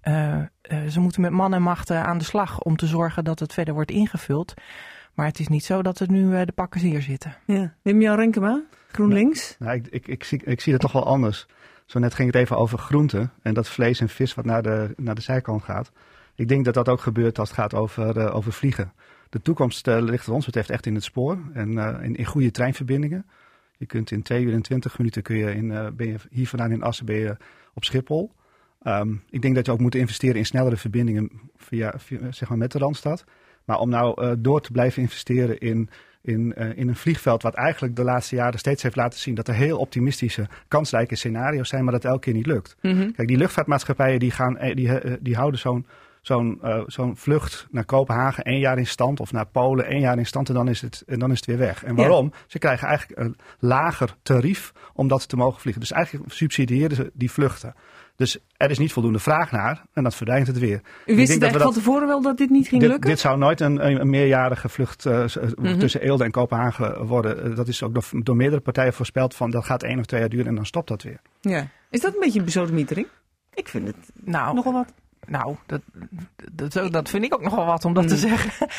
ze moeten met man en macht aan de slag om te zorgen dat het verder wordt ingevuld. Maar het is niet zo dat er nu de pakkers hier zitten. Ja. Wim-Jan Renkema, GroenLinks? Nou, ik zie het toch wel anders. Zo net ging het even over groenten en dat vlees en vis wat naar de zijkant gaat. Ik denk dat dat ook gebeurt als het gaat over vliegen. De toekomst ligt wat ons betreft echt in het spoor en in goede treinverbindingen. Je kunt in 2 uur en 20 minuten ben je hier vandaan in Assen ben je op Schiphol. Ik denk dat je ook moet investeren in snellere verbindingen via zeg maar met de Randstad. Maar om nou door te blijven investeren in een vliegveld wat eigenlijk de laatste jaren steeds heeft laten zien dat er heel optimistische, kansrijke scenario's zijn, maar dat elke keer niet lukt. Mm-hmm. Kijk, die luchtvaartmaatschappijen die houden zo'n vlucht naar Kopenhagen 1 jaar in stand of naar Polen 1 jaar in stand en dan is het weer weg. En waarom? Ja. Ze krijgen eigenlijk een lager tarief om dat te mogen vliegen. Dus eigenlijk subsidiëren ze die vluchten. Dus er is niet voldoende vraag naar en dat verdwijnt het weer. U wist het echt van tevoren wel dat dit niet ging lukken? Dit zou nooit een meerjarige vlucht tussen Eelde en Kopenhagen worden. Dat is ook door meerdere partijen voorspeld van dat gaat 1 of 2 jaar duren en dan stopt dat weer. Ja. Is dat een beetje een besodemietering? Ik vind het nogal wat. Nou, dat vind ik ook nogal wat om dat te zeggen.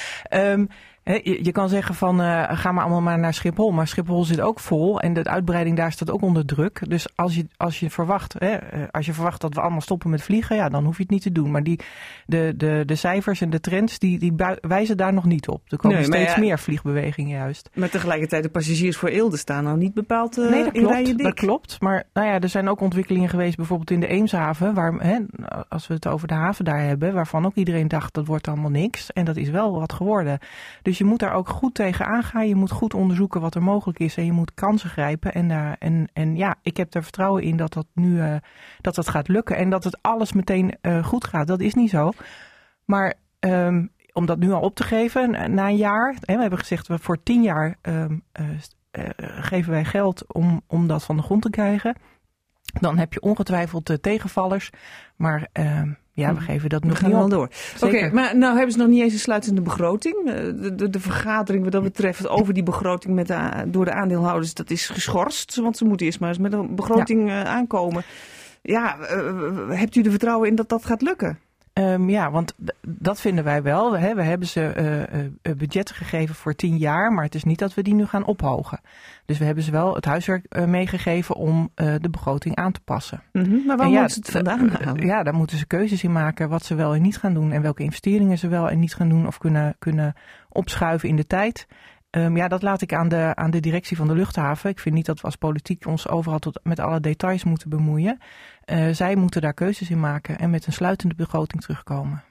Je kan zeggen van ga maar allemaal maar naar Schiphol. Maar Schiphol zit ook vol en de uitbreiding daar staat ook onder druk. Dus als je verwacht dat we allemaal stoppen met vliegen, ja, dan hoef je het niet te doen. Maar de cijfers en de trends die wijzen daar nog niet op. Er komen steeds meer vliegbewegingen juist. Maar tegelijkertijd de passagiers voor Eelde staan nou niet bepaald in rijen dik. Dat klopt. Maar er zijn ook ontwikkelingen geweest bijvoorbeeld in de Eemshaven. Waar, als we het over de haven daar hebben, waarvan ook iedereen dacht dat wordt allemaal niks. En dat is wel wat geworden. Dus je moet daar ook goed tegen aangaan. Je moet goed onderzoeken wat er mogelijk is. En je moet kansen grijpen. En ik heb er vertrouwen in dat dat gaat lukken. En dat het alles meteen goed gaat. Dat is niet zo. Maar om dat nu al op te geven na een jaar. We hebben gezegd, voor 10 jaar geven wij geld om dat van de grond te krijgen. Dan heb je ongetwijfeld tegenvallers. Maar we geven dat nog niet wel door. Oké, maar nou hebben ze nog niet eens een sluitende begroting. De vergadering wat dat betreft over die begroting door de aandeelhouders, dat is geschorst. Want ze moeten eerst maar eens met een begroting aankomen. Ja, hebt u er vertrouwen in dat dat gaat lukken? Want dat vinden wij wel. We hebben ze budgetten gegeven voor 10 jaar, maar het is niet dat we die nu gaan ophogen. Dus we hebben ze wel het huiswerk meegegeven om de begroting aan te passen. Mm-hmm, maar waar moeten ze het vandaan halen? Ja, daar moeten ze keuzes in maken wat ze wel en niet gaan doen en welke investeringen ze wel en niet gaan doen of kunnen opschuiven in de tijd. Dat laat ik aan de directie van de luchthaven. Ik vind niet dat we als politiek ons overal met alle details moeten bemoeien. Zij moeten daar keuzes in maken en met een sluitende begroting terugkomen.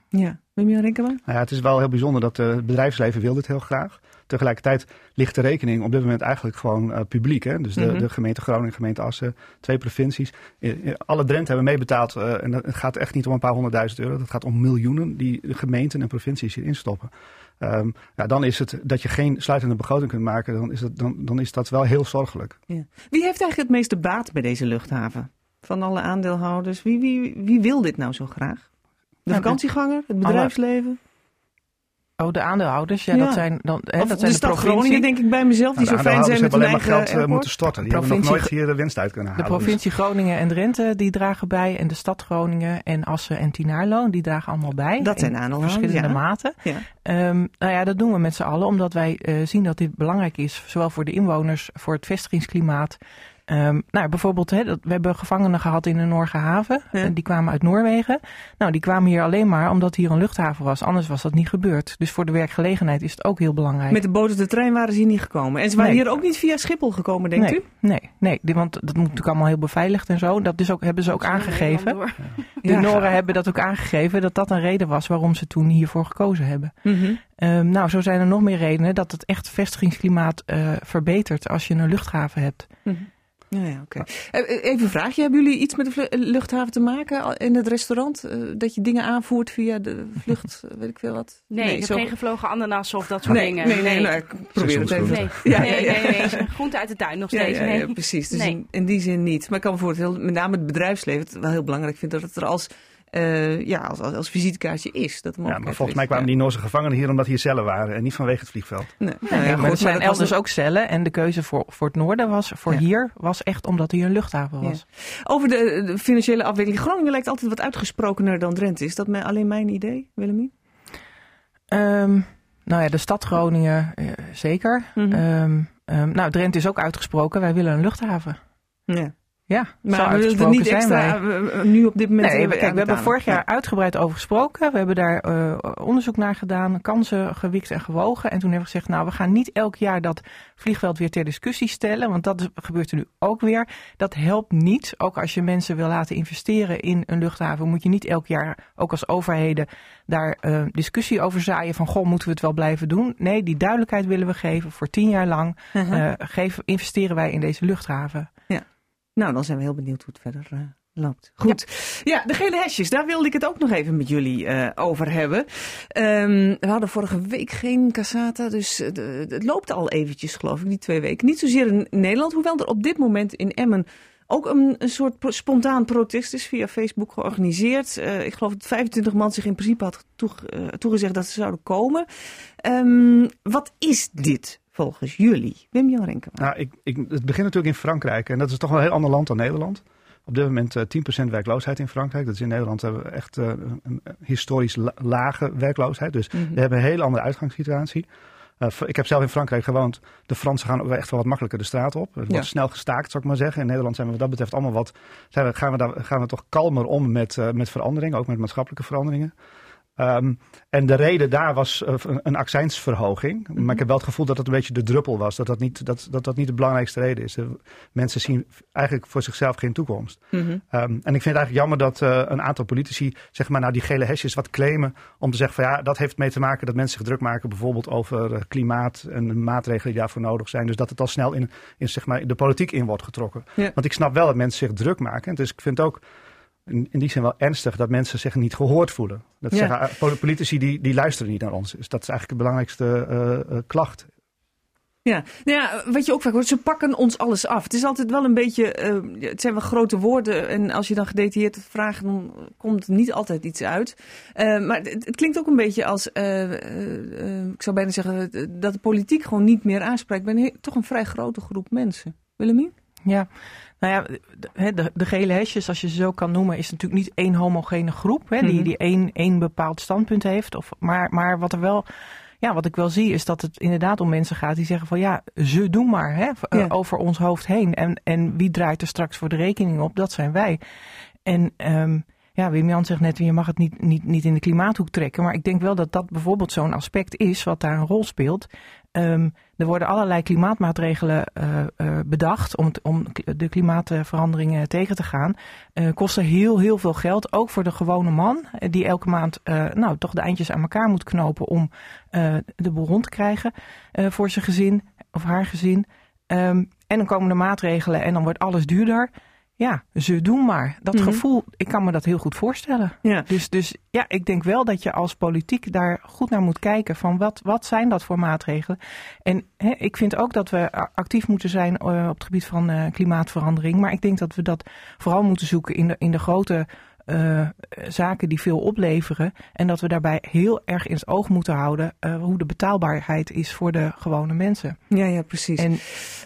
Ja, Wim-Jan Renkema? Nou ja, het is wel heel bijzonder dat het bedrijfsleven wil dit heel graag. Tegelijkertijd ligt de rekening op dit moment eigenlijk gewoon publiek. Hè? Dus de gemeente Groningen, gemeente Assen, 2 provincies. Alle Drenthe hebben meebetaald. En het gaat echt niet om een paar €100.000. Het gaat om miljoenen die de gemeenten en provincies hierin stoppen. Dan is het dat je geen sluitende begroting kunt maken. Dan is dat wel heel zorgelijk. Ja. Wie heeft eigenlijk het meeste baat bij deze luchthaven? Van alle aandeelhouders. Wie wil dit nou zo graag? De vakantieganger? Het bedrijfsleven? Oh, de aandeelhouders, dat zijn dan dat zijn de stad Groningen, denk ik bij mezelf, die zo fijn zijn met hun eigen geld moeten storten. Die hebben nog nooit hier de winst uit kunnen halen. De provincie Groningen en Drenthe, die dragen bij. En de stad Groningen en Assen en Tienaarlo, die dragen allemaal bij. Dat zijn aandeelhouders, verschillende maten. Ja. Dat doen we met z'n allen, omdat wij zien dat dit belangrijk is. Zowel voor de inwoners, voor het vestigingsklimaat. Bijvoorbeeld, we hebben gevangenen gehad in de Noorderhaven. Die kwamen uit Noorwegen. Nou, die kwamen hier alleen maar omdat hier een luchthaven was. Anders was dat niet gebeurd. Dus voor de werkgelegenheid is het ook heel belangrijk. Met de boot op de trein waren ze hier niet gekomen. En ze waren hier ook niet via Schiphol gekomen, denkt u? Nee, want dat moet natuurlijk allemaal heel beveiligd en zo. Dat is ook, hebben ze ook aangegeven. De Noren hebben dat ook aangegeven, dat een reden was waarom ze toen hiervoor gekozen hebben. Mm-hmm. Zo zijn er nog meer redenen dat het echt vestigingsklimaat verbetert als je een luchthaven hebt. Mm-hmm. Ja, oké. Even een vraagje. Hebben jullie iets met de luchthaven te maken in het restaurant? Dat je dingen aanvoert via de vlucht, weet ik veel wat? Nee, ik heb geen gevlogen ananassen of dat soort dingen. Nee, ik probeer het even. Nee. Groente uit de tuin nog steeds. Ja, precies. Dus in die zin niet. Maar ik kan me voorstellen, met name het bedrijfsleven, het wel heel belangrijk vindt dat het er als visitekaartje is. Maar volgens mij kwamen die Noorse gevangenen hier omdat hier cellen waren en niet vanwege het vliegveld. Maar er zijn elders ook cellen en de keuze voor het noorden hier was echt omdat hier een luchthaven was. Ja. Over de financiële afwikkeling. Groningen lijkt altijd wat uitgesprokener dan Drenthe. Is dat alleen mijn idee, Willemien? De stad Groningen zeker. Mm-hmm. Drenthe is ook uitgesproken. Wij willen een luchthaven. Ja, maar we willen er niet extra nu op dit moment... Nee, we hebben vorig jaar uitgebreid over gesproken. We hebben daar onderzoek naar gedaan, kansen gewikt en gewogen. En toen hebben we gezegd, we gaan niet elk jaar dat vliegveld weer ter discussie stellen. Want dat gebeurt er nu ook weer. Dat helpt niet. Ook als je mensen wil laten investeren in een luchthaven, moet je niet elk jaar, ook als overheden, daar discussie over zaaien van, moeten we het wel blijven doen? Nee, die duidelijkheid willen we geven voor 10 jaar lang. Investeren wij in deze luchthaven. Ja. Nou, dan zijn we heel benieuwd hoe het verder loopt. Goed. Ja, de gele hesjes, daar wilde ik het ook nog even met jullie over hebben. We hadden vorige week geen Casata, dus het loopt al eventjes, geloof ik, die 2 weken. Niet zozeer in Nederland, hoewel er op dit moment in Emmen ook een soort spontaan protest is via Facebook georganiseerd. Ik geloof dat 25 man zich in principe had toegezegd dat ze zouden komen. Wat is dit volgens jullie? Wim-Jan Renkema. Het begint natuurlijk in Frankrijk. En dat is toch wel een heel ander land dan Nederland. Op dit moment 10% werkloosheid in Frankrijk. Dat is in Nederland hebben we echt een historisch lage werkloosheid. Dus we hebben een hele andere uitgangssituatie. Ik heb zelf in Frankrijk gewoond. De Fransen gaan ook echt wel wat makkelijker de straat op. Het wordt snel gestaakt, zou ik maar zeggen. In Nederland zijn we wat dat betreft allemaal gaan we toch kalmer om met veranderingen. Ook met maatschappelijke veranderingen. En de reden daar was een accijnsverhoging. Maar ik heb wel het gevoel dat het een beetje de druppel was. Dat niet de belangrijkste reden is. Mensen zien eigenlijk voor zichzelf geen toekomst. En ik vind het eigenlijk jammer dat een aantal politici die gele hesjes wat claimen. Om te zeggen van dat heeft mee te maken dat mensen zich druk maken. Bijvoorbeeld over klimaat en de maatregelen die daarvoor nodig zijn. Dus dat het al snel in de politiek in wordt getrokken. Ja. Want ik snap wel dat mensen zich druk maken. Dus ik vind ook in die zin wel ernstig dat mensen zich niet gehoord voelen. Dat zeggen politici die luisteren niet naar ons. Dus dat is eigenlijk de belangrijkste klacht. Ja, wat je ook vaak hoort, ze pakken ons alles af. Het is altijd wel een beetje, het zijn wel grote woorden. En als je dan gedetailleerd vraagt, dan komt er niet altijd iets uit. Maar het klinkt ook een beetje als, ik zou bijna zeggen, dat de politiek gewoon niet meer aanspreekt bij toch een vrij grote groep mensen. Willemien? Ja. De gele hesjes, als je ze zo kan noemen, is natuurlijk niet één homogene groep. Die één bepaald standpunt heeft. Maar wat ik wel zie is dat het inderdaad om mensen gaat die zeggen van ze doen maar over ons hoofd heen. En wie draait er straks voor de rekening op? Dat zijn wij. En Wim-Jan zegt net, je mag het niet in de klimaathoek trekken. Maar ik denk wel dat dat bijvoorbeeld zo'n aspect is wat daar een rol speelt. Er worden allerlei klimaatmaatregelen bedacht om de klimaatveranderingen tegen te gaan. Kosten heel veel geld, ook voor de gewone man. Die elke maand toch de eindjes aan elkaar moet knopen om de boel rond te krijgen voor zijn gezin of haar gezin. En dan komen de maatregelen en dan wordt alles duurder. Ja, ze doen maar. Dat gevoel, ik kan me dat heel goed voorstellen. Ja. Dus ik denk wel dat je als politiek daar goed naar moet kijken van wat zijn dat voor maatregelen. En ik vind ook dat we actief moeten zijn op het gebied van klimaatverandering. Maar ik denk dat we dat vooral moeten zoeken in de grote zaken die veel opleveren. En dat we daarbij heel erg in het oog moeten houden hoe de betaalbaarheid is voor de gewone mensen. Ja, precies. En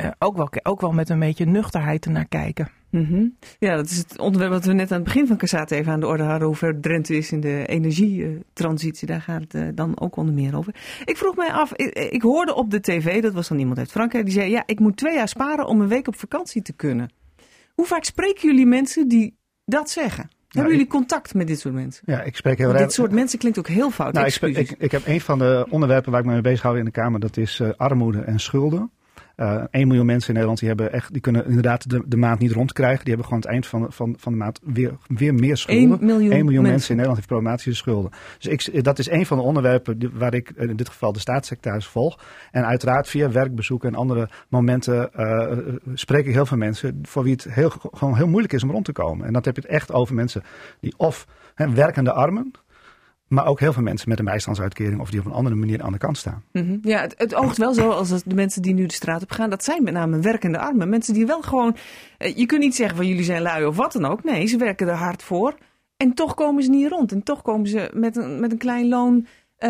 ook wel met een beetje nuchterheid ernaar kijken. Mm-hmm. Ja, dat is het onderwerp wat we net aan het begin van Cassata even aan de orde hadden. Hoe ver Drenthe is in de energietransitie. Daar gaat het dan ook onder meer over. Ik vroeg mij af, ik hoorde op de tv, dat was dan iemand uit Frankrijk, die zei, ik moet 2 jaar sparen om een week op vakantie te kunnen. Hoe vaak spreken jullie mensen die dat zeggen? Hebben jullie contact met dit soort mensen? Ja, ik spreek heel erg. Dit soort mensen klinkt ook heel fout. Ik heb een van de onderwerpen waar ik me mee bezig hou in de Kamer. Dat is armoede en schulden. 1 miljoen mensen in Nederland die kunnen inderdaad de maand niet rondkrijgen. Die hebben gewoon aan het eind van de maand weer meer schulden. 1 miljoen mensen in Nederland heeft problematische schulden. Dus dat is een van de onderwerpen waar ik in dit geval de staatssecretaris volg. En uiteraard via werkbezoeken en andere momenten spreek ik heel veel mensen voor wie het gewoon heel moeilijk is om rond te komen. En dat heb je het echt over mensen die of werkende armen, maar ook heel veel mensen met een bijstandsuitkering of die op een andere manier aan de kant staan. Mm-hmm. Ja, het oogt wel zo als de mensen die nu de straat op gaan. Dat zijn met name werkende armen. Mensen die wel gewoon, je kunt niet zeggen van jullie zijn lui of wat dan ook. Nee, ze werken er hard voor. En toch komen ze niet rond. En toch komen ze met een klein loon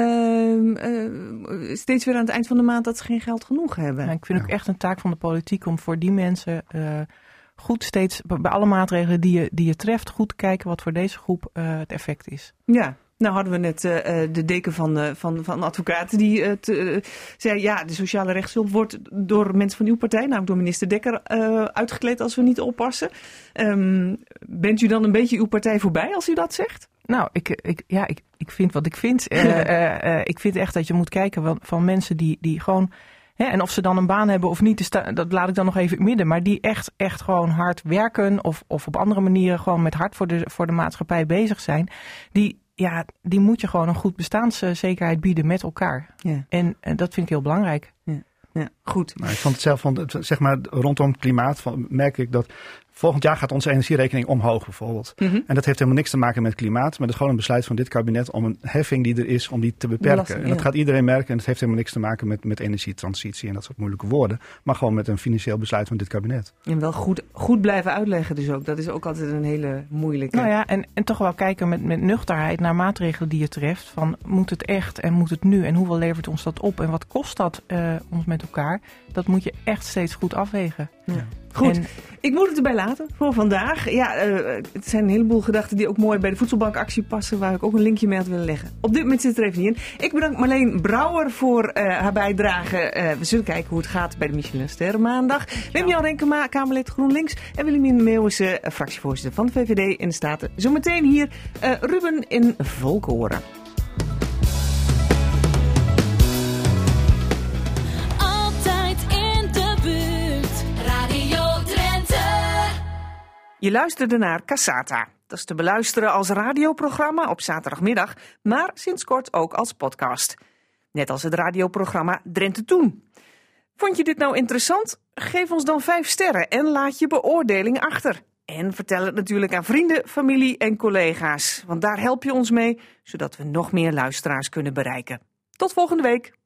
steeds weer aan het eind van de maand dat ze geen geld genoeg hebben. Ja, ik vind ook echt een taak van de politiek om voor die mensen goed steeds bij alle maatregelen die je treft goed te kijken wat voor deze groep het effect is. Ja. Nou hadden we net de deken van advocaten die zei, de sociale rechtshulp wordt door mensen van uw partij, namelijk door minister Dekker, uitgekleed als we niet oppassen. Bent u dan een beetje uw partij voorbij als u dat zegt? Nou, ik vind wat ik vind. Ik vind echt dat je moet kijken van mensen die gewoon, en of ze dan een baan hebben of niet, dat laat ik dan nog even in het midden. Maar die echt gewoon hard werken of op andere manieren gewoon met hart voor de maatschappij bezig zijn. Die moet je gewoon een goed bestaanszekerheid bieden met elkaar. Ja. En dat vind ik heel belangrijk. Ja, goed. Maar ik vond het zelf, zeg maar, rondom klimaat merk ik dat volgend jaar gaat onze energierekening omhoog bijvoorbeeld. Mm-hmm. En dat heeft helemaal niks te maken met klimaat. Maar dat is gewoon een besluit van dit kabinet om een heffing die er is, om die te beperken. En dat gaat iedereen merken. En dat heeft helemaal niks te maken met energietransitie en dat soort moeilijke woorden. Maar gewoon met een financieel besluit van dit kabinet. En wel goed blijven uitleggen dus ook. Dat is ook altijd een hele moeilijke. Nou ja, en toch wel kijken met nuchterheid naar maatregelen die je treft. Van moet het echt en moet het nu? En hoeveel levert ons dat op? En wat kost dat ons met elkaar? Dat moet je echt steeds goed afwegen. Ja. Goed, ik moet het erbij laten voor vandaag. Ja, het zijn een heleboel gedachten die ook mooi bij de voedselbankactie passen, waar ik ook een linkje mee had willen leggen. Op dit moment zit het er even niet in. Ik bedank Marleen Brouwer voor haar bijdrage. We zullen kijken hoe het gaat bij de Michelin Sterren maandag. Wim-Jan Renkema, Kamerlid GroenLinks en Willemien Meeuwissen, fractievoorzitter van de VVD in de Staten. Zometeen hier Ruben in Volkoren. Je luisterde naar Cassata. Dat is te beluisteren als radioprogramma op zaterdagmiddag, maar sinds kort ook als podcast. Net als het radioprogramma Drenthe Toen. Vond je dit nou interessant? Geef ons dan 5 sterren en laat je beoordeling achter. En vertel het natuurlijk aan vrienden, familie en collega's. Want daar help je ons mee, zodat we nog meer luisteraars kunnen bereiken. Tot volgende week.